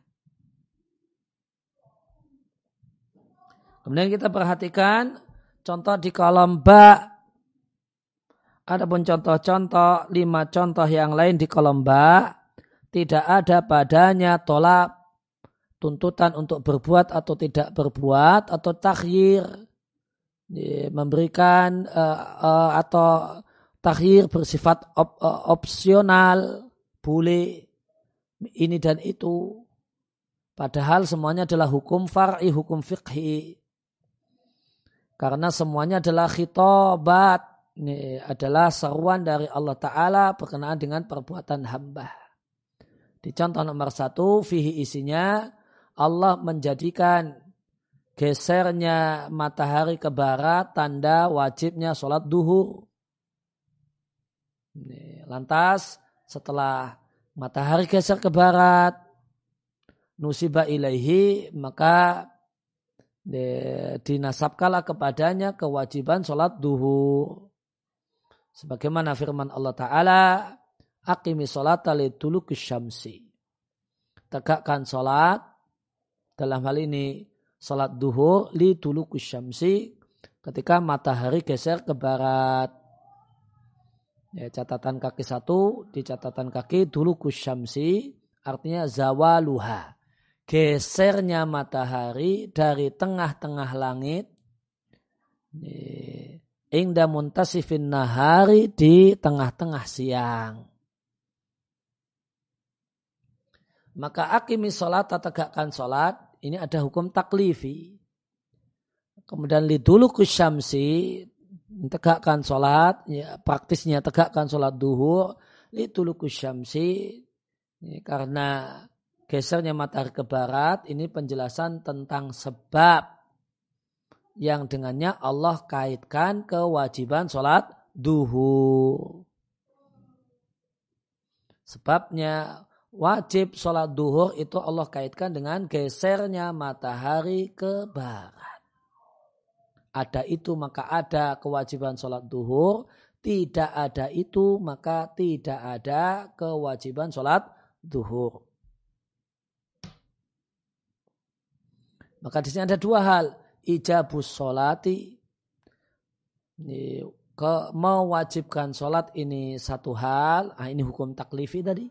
Kemudian kita perhatikan contoh di kolom ba. Adapun contoh-contoh, lima contoh yang lain di kolom ba, tidak ada padanya tolak, tuntutan untuk berbuat atau tidak berbuat, atau takhyir, memberikan uh, uh, atau takhyir bersifat op, uh, opsional, boleh ini dan itu. Padahal semuanya adalah hukum far'i, hukum fiqhi. Karena semuanya adalah khitobat. Ini adalah seruan dari Allah Ta'ala berkenaan dengan perbuatan hamba. Di contoh nomor satu, fihi isinya Allah menjadikan gesernya matahari ke barat tanda wajibnya sholat duhur. Lantas setelah matahari geser ke barat, nusiba ilaihi, maka dinasabkanlah kepadanya kewajiban sholat duhur. Sebagaimana firman Allah Ta'ala, aqimi sholata liduluki syamsi. Tegakkan sholat, dalam hal ini sholat duhur, liduluki syamsi, ketika matahari geser ke barat. Ya, catatan kaki satu, di catatan kaki duluki syamsi, artinya zawaluha. Gesernya matahari dari tengah-tengah langit, ingda muntasifin nahari, di tengah-tengah siang. Maka akimi sholat, tegakkan sholat, ini ada hukum taklifi. Kemudian liduluku syamsi, tegakkan sholat, ya, praktisnya tegakkan sholat duhur, liduluku syamsi, ya, karena gesernya matahari ke barat, ini penjelasan tentang sebab yang dengannya Allah kaitkan kewajiban sholat duhur. Sebabnya wajib sholat duhur itu Allah kaitkan dengan gesernya matahari ke barat. Ada itu maka ada kewajiban sholat duhur. Tidak ada itu maka tidak ada kewajiban sholat duhur. Maka di sini ada dua hal. Ijabus sholati, ke mewajibkan sholat ini satu hal, nah ini hukum taklifi tadi.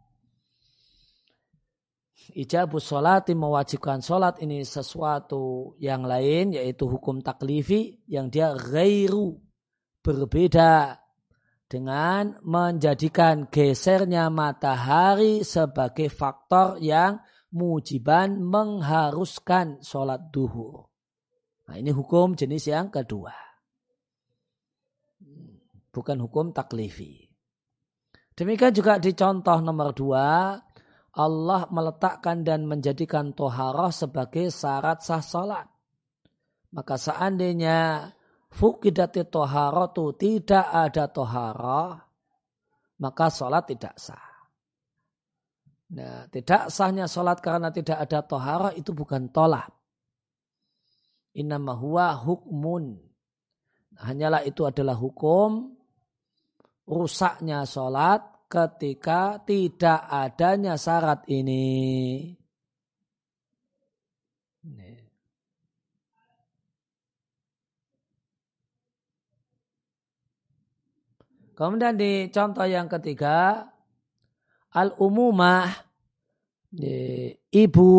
Ijabus sholati, mewajibkan sholat ini sesuatu yang lain, yaitu hukum taklifi yang dia ghairu, berbeda dengan menjadikan gesernya matahari sebagai faktor yang mujiban mengharuskan sholat duhur. Nah, ini hukum jenis yang kedua. Bukan hukum taklifi. Demikian juga di contoh nomor dua, Allah meletakkan dan menjadikan toharoh sebagai syarat sah salat. Maka seandainya fukidati toharotu tidak ada toharoh, maka salat tidak sah. Nah, tidak sahnya salat karena tidak ada toharoh itu bukan tolak. Innama huwa hukmun. Hanyalah itu adalah hukum rusaknya salat ketika tidak adanya syarat ini. Kemudian di contoh yang ketiga, al-umumah, ibu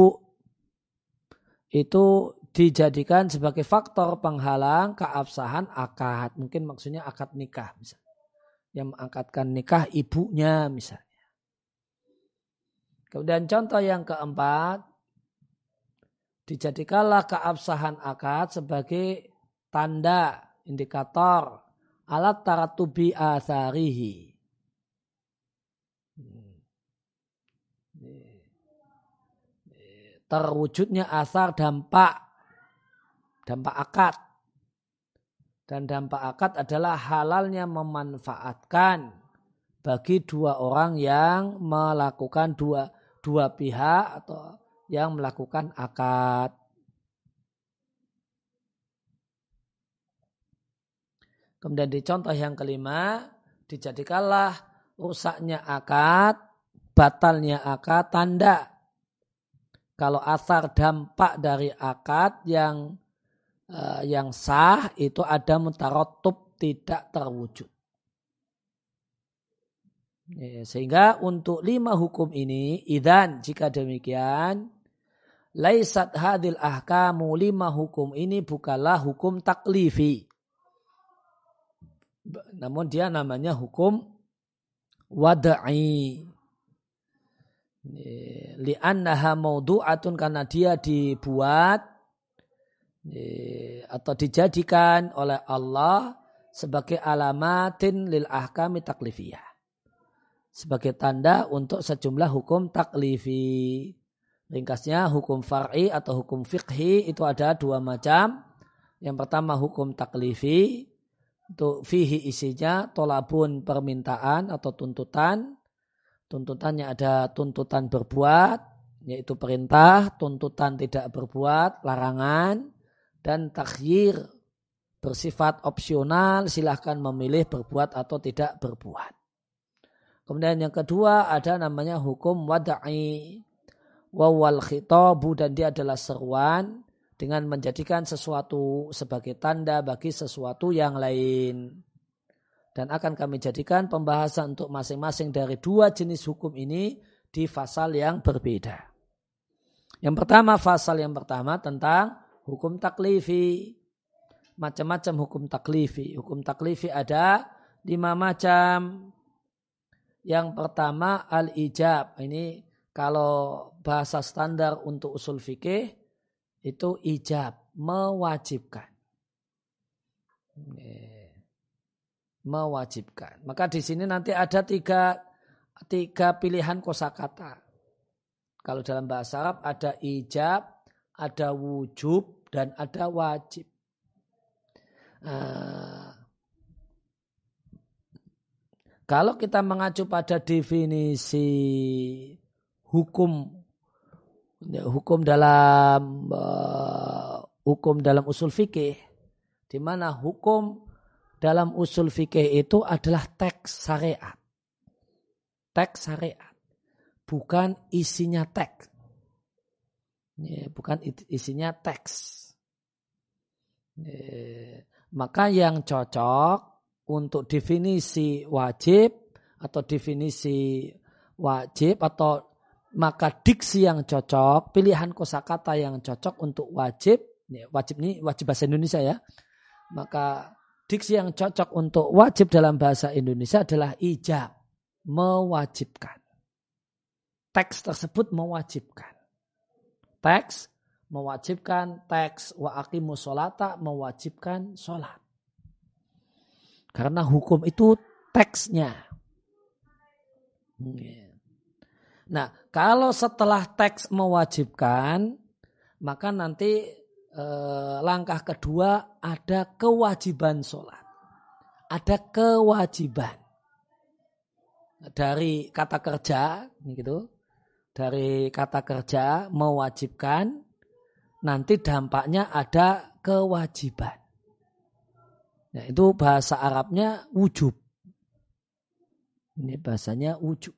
itu dijadikan sebagai faktor penghalang keabsahan akad. Mungkin maksudnya akad nikah misalnya. Yang mengangkatkan nikah ibunya misalnya. Kemudian contoh yang keempat, dijadikanlah keabsahan akad sebagai tanda, indikator alat taratubi atharihi. Terwujudnya asar dampak, dampak akad. Dan dampak akad adalah halalnya memanfaatkan bagi dua orang yang melakukan dua, dua pihak atau yang melakukan akad. Kemudian di contoh yang kelima, dijadikanlah rusaknya akad, batalnya akad tanda. Kalau asar dampak dari akad yang uh, yang sah itu ada mutaratub tidak terwujud. Ya, sehingga untuk lima hukum ini, idzan jika demikian, laisat hadil ahkamu, lima hukum ini bukanlah hukum taklifi. Namun dia namanya hukum wad'i. Li'annaha maudu'atun, karena dia dibuat atau dijadikan oleh Allah sebagai alamatin lil ahkami taklifiyah. Sebagai tanda untuk sejumlah hukum taklifi. Ringkasnya hukum far'i atau hukum fiqhi itu ada dua macam. Yang pertama hukum taklifi. Itu fihi isinya tolabun permintaan atau tuntutan. Tuntutannya ada tuntutan berbuat, yaitu perintah, tuntutan tidak berbuat, larangan, dan takhyir bersifat opsional, silahkan memilih berbuat atau tidak berbuat. Kemudian yang kedua ada namanya hukum wad'i, wawal khitabu, dan dia adalah seruan dengan menjadikan sesuatu sebagai tanda bagi sesuatu yang lain. Dan akan kami jadikan pembahasan untuk masing-masing dari dua jenis hukum ini di fasal yang berbeda. Yang pertama, fasal yang pertama tentang hukum taklifi. Macam-macam hukum taklifi. Hukum taklifi ada lima macam. Yang pertama, al-ijab. Ini kalau bahasa standar untuk usul fikih, itu ijab, mewajibkan. Mewajibkan. Maka di sini nanti ada tiga, tiga pilihan kosakata. Kalau dalam bahasa Arab ada ijab, ada wujub, dan ada wajib. Nah, kalau kita mengacu pada definisi hukum, hukum dalam uh, hukum dalam usul fikih, di mana hukum dalam usul fikih itu adalah teks syariat. Teks syariat. Bukan isinya teks. Ya, bukan isinya teks. Ya, maka yang cocok untuk definisi wajib atau definisi wajib atau maka diksi yang cocok, pilihan kosakata yang cocok untuk wajib, ya, wajib ini wajib bahasa Indonesia ya. Maka diksi yang cocok untuk wajib dalam bahasa Indonesia adalah ijab, mewajibkan. Teks tersebut mewajibkan. Teks mewajibkan, teks wa aqimus sholata mewajibkan sholat. Karena hukum itu teksnya. Nah, kalau setelah teks mewajibkan, maka nanti eh, langkah kedua ada kewajiban sholat. Ada kewajiban dari kata kerja, gitu. Dari kata kerja mewajibkan, nanti dampaknya ada kewajiban. Nah, itu bahasa Arabnya wujub. Ini bahasanya wujub.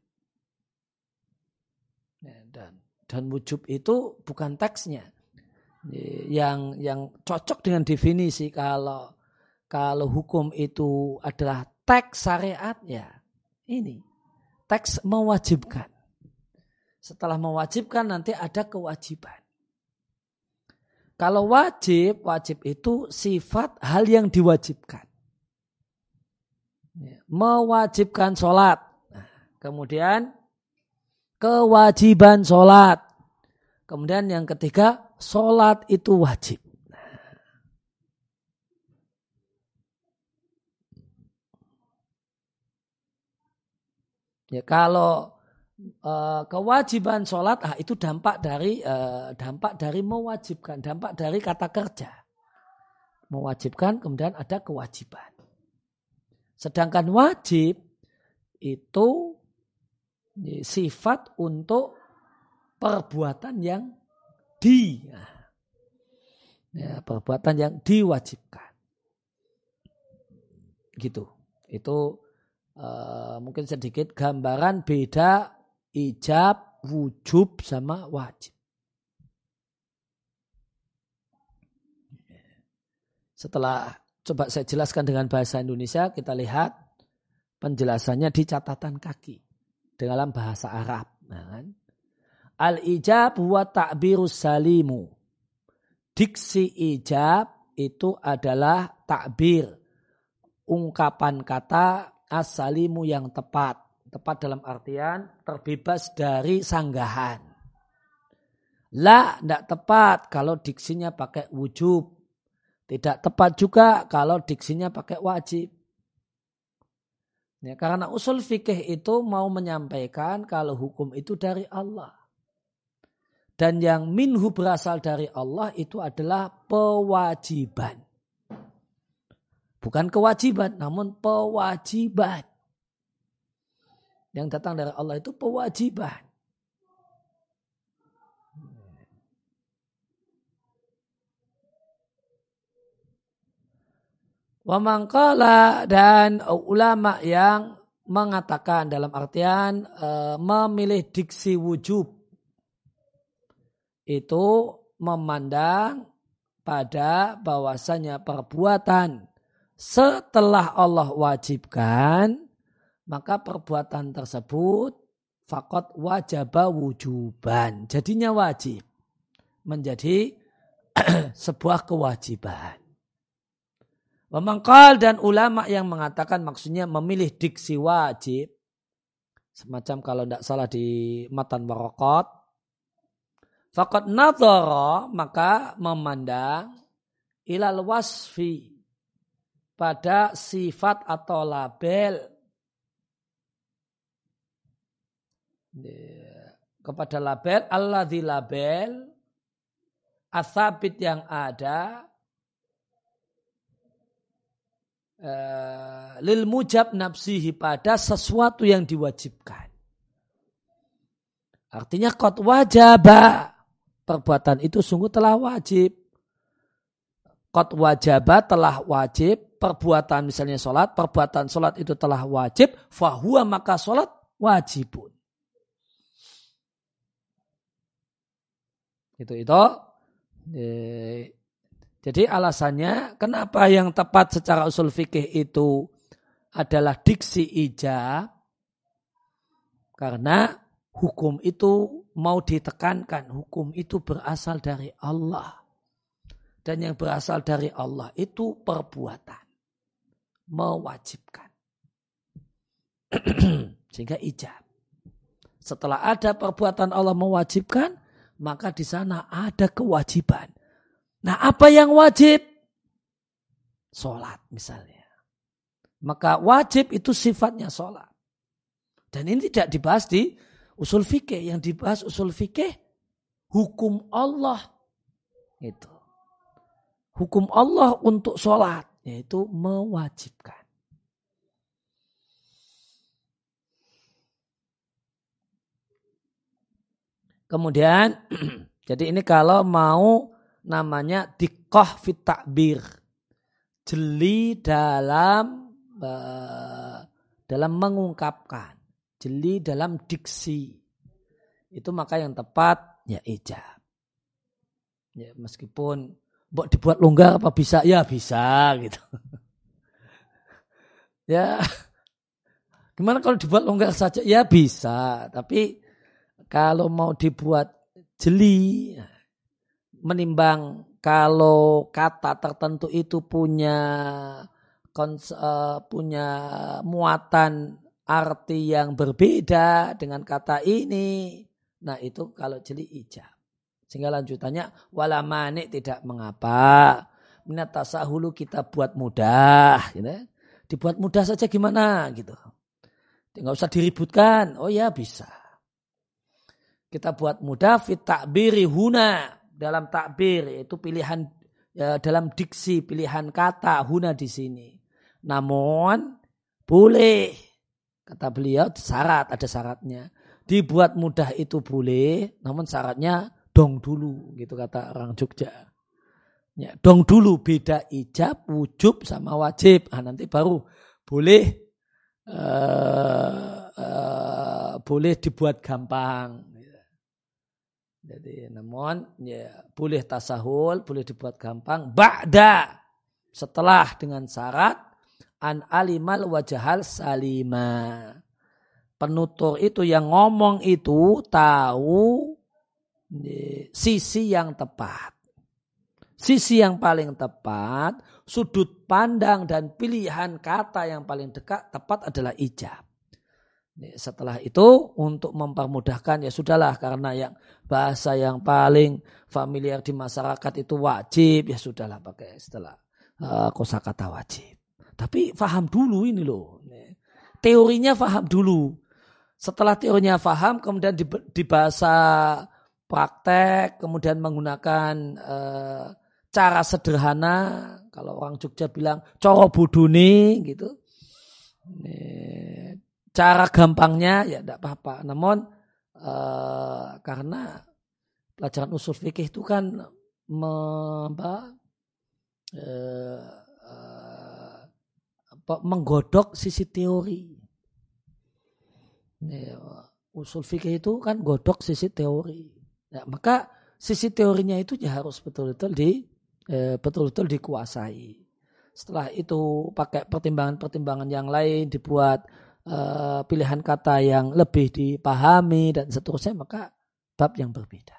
Dan, dan wujub itu bukan teksnya. Yang yang cocok dengan definisi kalau kalau hukum itu adalah teks syariat, ya ini teks mewajibkan. Setelah mewajibkan nanti ada kewajiban. Kalau wajib, wajib itu sifat hal yang diwajibkan. Mewajibkan sholat. Nah, kemudian kewajiban sholat. Kemudian yang ketiga, sholat itu wajib. Ya, kalau uh, kewajiban sholat, ah, itu dampak dari uh, dampak dari mewajibkan, dampak dari kata kerja. Mewajibkan, kemudian ada kewajiban. Sedangkan wajib itu sifat untuk perbuatan yang di, ya, perbuatan yang diwajibkan, gitu. Itu uh, mungkin sedikit gambaran beda ijab, wujub sama wajib. Setelah coba saya jelaskan dengan bahasa Indonesia, kita lihat penjelasannya di catatan kaki dalam bahasa Arab. Nah, kan? Al-ijab wa ta'birus salimu. Diksi ijab itu adalah takbir, ungkapan kata as-salimu yang tepat. Tepat dalam artian terbebas dari sanggahan. La, tidak tepat kalau diksinya pakai wujub. Tidak tepat juga kalau diksinya pakai wajib. Ya, karena usul fikih itu mau menyampaikan kalau hukum itu dari Allah. Dan yang minhu berasal dari Allah itu adalah pewajiban. Bukan kewajiban, namun pewajiban. Yang datang dari Allah itu pewajiban. Wa man qala, dan ulama yang mengatakan dalam artian e, memilih diksi wujub itu memandang pada bahwasanya perbuatan setelah Allah wajibkan, maka perbuatan tersebut faqad wajaba wujuban. Jadinya wajib. Menjadi sebuah kewajiban. Wa man qala, dan ulama yang mengatakan maksudnya memilih diksi wajib. Semacam kalau tidak salah di matan waraqat. Faqad nadhara, maka memandang ilal wasfi, pada sifat atau label, kepada label alladzi label asabit yang ada uh, lil mujab nafsihi, pada sesuatu yang diwajibkan. Artinya qad wajaba, perbuatan itu sungguh telah wajib. Qad wajaba, telah wajib. Perbuatan misalnya sholat, perbuatan sholat itu telah wajib. Fahuwa, maka sholat wajibun. Itu itu. Jadi alasannya kenapa yang tepat secara usul fikih itu adalah diksi ijab. Karena hukum itu mau ditekankan, hukum itu berasal dari Allah. Dan yang berasal dari Allah itu perbuatan. Mewajibkan. Sehingga ijab. Setelah ada perbuatan Allah mewajibkan, maka di sana ada kewajiban. Nah, apa yang wajib? Sholat misalnya. Maka wajib itu sifatnya sholat. Dan ini tidak dibahas di usul fikih. Yang dibahas usul fikih hukum Allah. Itu. Hukum Allah untuk sholat. Yaitu mewajibkan. Kemudian, jadi ini kalau mau namanya diqqah fit ta'bir. Jeli dalam uh, dalam mengungkapkan. Jeli dalam diksi. Itu maka yang tepat ya ijab. Ya, meskipun mbok dibuat longgar apa bisa? Ya bisa gitu. Ya. Gimana kalau dibuat longgar saja? Ya bisa, tapi kalau mau dibuat jeli, menimbang kalau kata tertentu itu punya uh, punya muatan arti yang berbeda dengan kata ini, nah itu kalau jeli ijab. Sehingga lanjutannya wala mani tidak mengapa. Minat tasahulu kita buat mudah, gitu. Dibuat mudah saja gimana gitu. Enggak usah diributkan. Oh ya bisa. Kita buat mudah fit ta'biri huna, dalam takbir yaitu pilihan ya, dalam diksi pilihan kata huna di sini. Namun boleh kata beliau syarat, ada syaratnya. Dibuat mudah itu boleh, namun syaratnya dong dulu gitu kata orang Jogja. Ya, dong dulu beda ijab, wujub sama wajib. Nah, nanti baru boleh uh, uh, boleh dibuat gampang. Jadi namun ya boleh tasahul, boleh dibuat gampang. Ba'da setelah dengan syarat an alimal wajahal salima. Penutur itu yang ngomong itu tahu ya, sisi yang tepat. Sisi yang paling tepat, sudut pandang dan pilihan kata yang paling dekat tepat adalah ijab. Setelah itu untuk mempermudahkan ya sudahlah karena yang bahasa yang paling familiar di masyarakat itu wajib ya sudahlah pakai istilah uh, kosakata wajib. Tapi faham dulu ini loh. Teorinya faham dulu. Setelah teorinya faham kemudian di, di bahasa praktek kemudian menggunakan uh, cara sederhana, kalau orang Jogja bilang coro bodone gitu. Cara gampangnya ya tidak apa-apa. Namun uh, karena pelajaran usul fikih itu kan me, apa, uh, uh, apa, menggodok sisi teori. Ya, usul fikih itu kan godok sisi teori. Ya, maka sisi teorinya itu ya harus betul-betul di betul-betul dikuasai. Setelah itu pakai pertimbangan-pertimbangan yang lain, dibuat uh, pilihan kata yang lebih dipahami dan seterusnya, maka bab yang berbeda.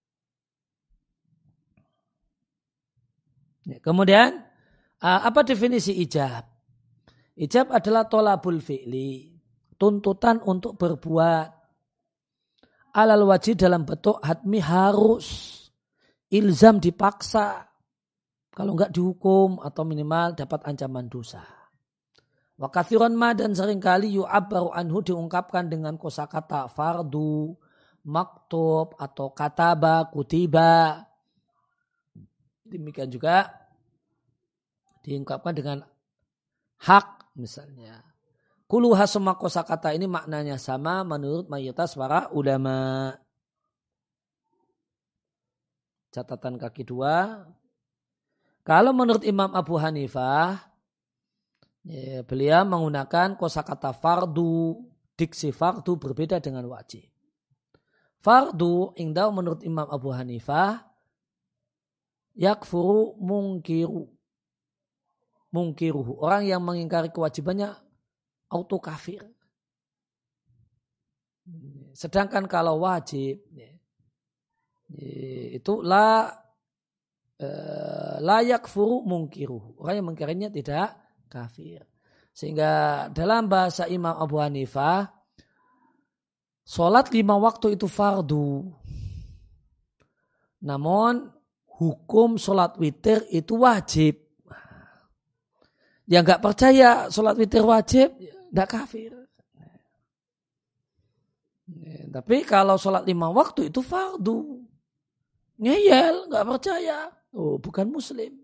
Ya, kemudian uh, apa definisi ijab? Ijab adalah tolabul fi'li, tuntutan untuk berbuat alal wajib dalam bentuk hatmi harus, ilzam dipaksa. Kalau enggak dihukum atau minimal dapat ancaman dosa. Wa katsiran ma dan seringkali yu'abbaru anhu diungkapkan dengan kosakata fardu, maktub atau kataba, kutiba. Demikian juga diungkapkan dengan hak misalnya. Kuluha semua kosakata ini maknanya sama menurut mayoritas para ulama. Catatan kaki dua. Kalau menurut Imam Abu Hanifah, ya, beliau menggunakan kosakata fardu, diksi fardu berbeda dengan wajib. Fardu, indau menurut Imam Abu Hanifah, yakfuru mungkiru. Mungkiruhu. Orang yang mengingkari kewajibannya, auto kafir. Sedangkan kalau wajib, ya, itu la layak furu mungkiruh. Orang yang mengingkarinya tidak kafir. Sehingga dalam bahasa Imam Abu Hanifah, sholat lima waktu itu fardu. Namun hukum sholat witir itu wajib. Yang nggak percaya sholat witir wajib, tidak kafir. Ya, tapi kalau sholat lima waktu itu fardu. Ngeyel, nggak percaya. Oh, bukan muslim.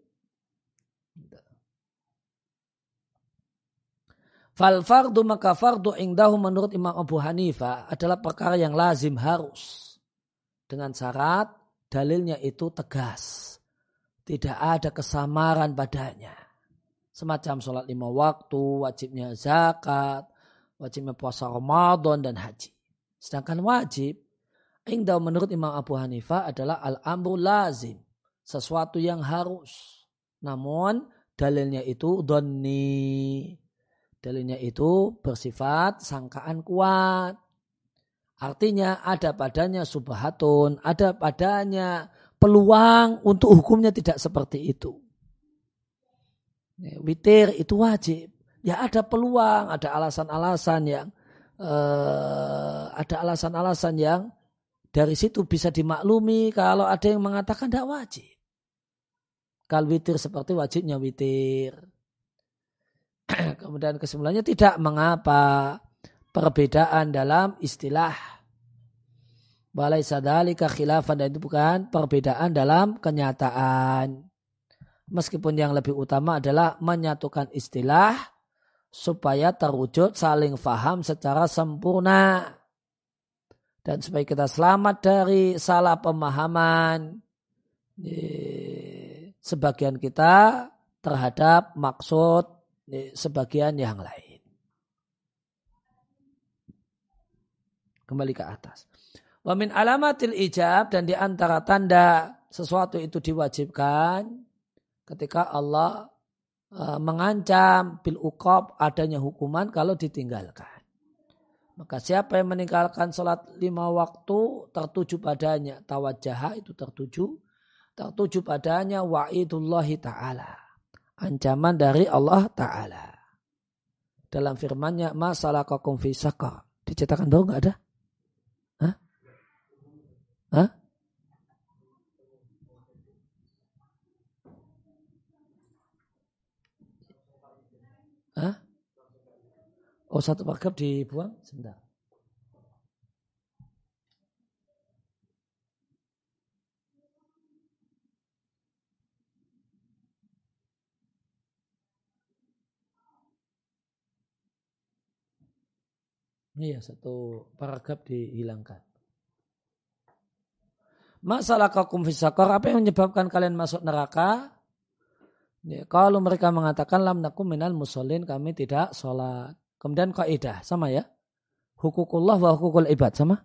Fal fardu maka fardu ingdahu menurut Imam Abu Hanifah adalah perkara yang lazim harus. Dengan syarat dalilnya itu tegas. Tidak ada kesamaran padanya. Semacam sholat lima waktu, wajibnya zakat, wajibnya puasa Ramadan dan haji. Sedangkan wajib, ingdahu menurut Imam Abu Hanifah adalah al-amru lazim. Sesuatu yang harus. Namun dalilnya itu dhanni. Dalilnya itu bersifat sangkaan kuat. Artinya ada padanya subhatun, ada padanya peluang untuk hukumnya tidak seperti itu. Witir itu wajib. Ya ada peluang, ada alasan-alasan yang eh, ada alasan-alasan yang dari situ bisa dimaklumi kalau ada yang mengatakan tidak wajib. Kalau witir seperti wajibnya witir. Kemudian kesimpulannya tidak mengapa perbedaan dalam istilah. Walaysa dzalika khilafan, dan itu bukan perbedaan dalam kenyataan. Meskipun yang lebih utama adalah menyatukan istilah supaya terwujud saling faham secara sempurna. Dan supaya kita selamat dari salah pemahaman sebagian kita terhadap maksud sebagian yang lain. Kembali ke atas. Wa min alamatil ijab, dan di antara tanda sesuatu itu diwajibkan ketika Allah uh, mengancam bil uqab, adanya hukuman kalau ditinggalkan. Maka siapa yang meninggalkan sholat lima waktu tertuju padanya tawajjaha, itu tertuju tertuju padanya wa'idullahi ta'ala, ancaman dari Allah Ta'ala. Dalam firman-Nya, ma salakakum fi saqar. Dicetakan baru nggak ada? Hah? Hah? Hah? Oh, satu paragraf dibuang? Sebentar. Iya, satu paragraf dihilangkan. Masalakakum fi saqar, apa yang menyebabkan kalian masuk neraka? Ya, kalau mereka mengatakan lam nakum minal musallin, kami tidak sholat. Kemudian kaidah sama ya. Hukukullah wa hukukul ibad sama.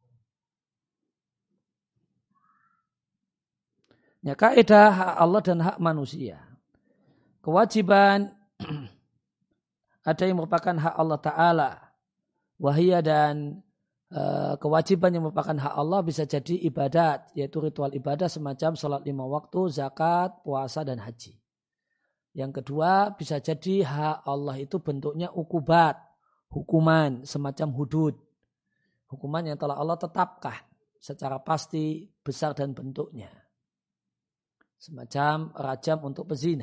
Ya, kaidah hak Allah dan hak manusia. Kewajiban ada yang merupakan hak Allah Ta'ala. Wahia, dan e, kewajiban yang merupakan hak Allah bisa jadi ibadat, yaitu ritual ibadah semacam sholat lima waktu, zakat, puasa, dan haji. Yang kedua bisa jadi hak Allah itu bentuknya ukubat, hukuman semacam hudud. Hukuman yang telah Allah tetapkan secara pasti besar dan bentuknya. Semacam rajam untuk pezina.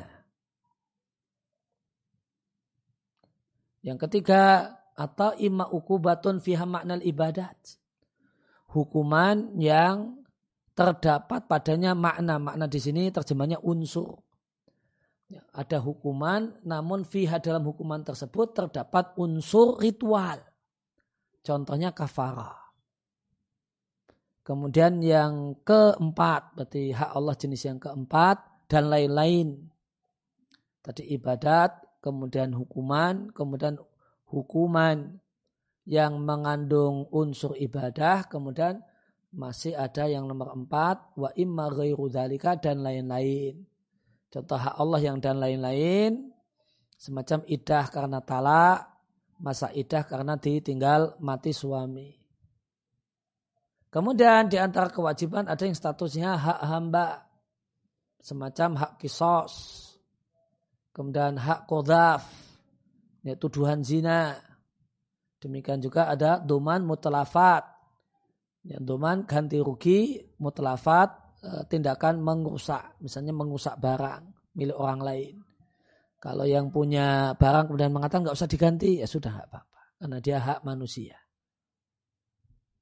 Yang ketiga, atau imma ukubatun fiha maknal ibadat. Hukuman yang terdapat padanya makna. Makna di sini terjemahnya unsur. Ada hukuman, namun fiha dalam hukuman tersebut terdapat unsur ritual. Contohnya kafarah. Kemudian yang keempat, berarti hak Allah jenis yang keempat, dan lain-lain. Tadi ibadat, kemudian hukuman, kemudian hukuman yang mengandung unsur ibadah, kemudian masih ada yang nomor empat, wa imma ghairu dzalika, dan lain-lain. Contoh hak Allah yang dan lain-lain, semacam iddah karena talak, masa iddah karena ditinggal mati suami. Kemudian di antara kewajiban ada yang statusnya hak hamba, semacam hak kisos, kemudian hak qadzaf, yaitu tuduhan zina. Demikian juga ada doman mutlafat, ya, doman ganti rugi, mutlafat tindakan merusak, misalnya merusak barang milik orang lain. Kalau yang punya barang kemudian mengatakan nggak usah diganti, ya sudah nggak apa-apa, karena dia hak manusia.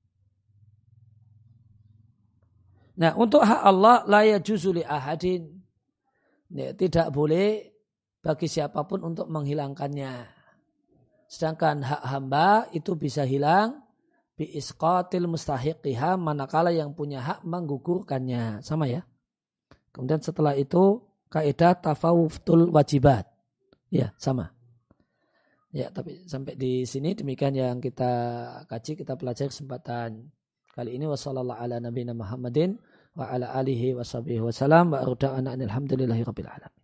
Nah, untuk hak Allah la yajuzu li ahadin. Ya, tidak boleh bagi siapapun untuk menghilangkannya. Sedangkan hak hamba itu bisa hilang bi isqatil mustahiqiha manakala yang punya hak menggugurkannya. Sama ya. Kemudian setelah itu kaidah tafawutul wajibat. Ya, sama. Ya, tapi sampai di sini demikian yang kita kaji, kita pelajari kesempatan kali ini. Wassallallahu ala nabiyina Muhammadin wa ala alihi wa sahbihi wa salam wa arda'ana alhamdulillahi rabbil alamin.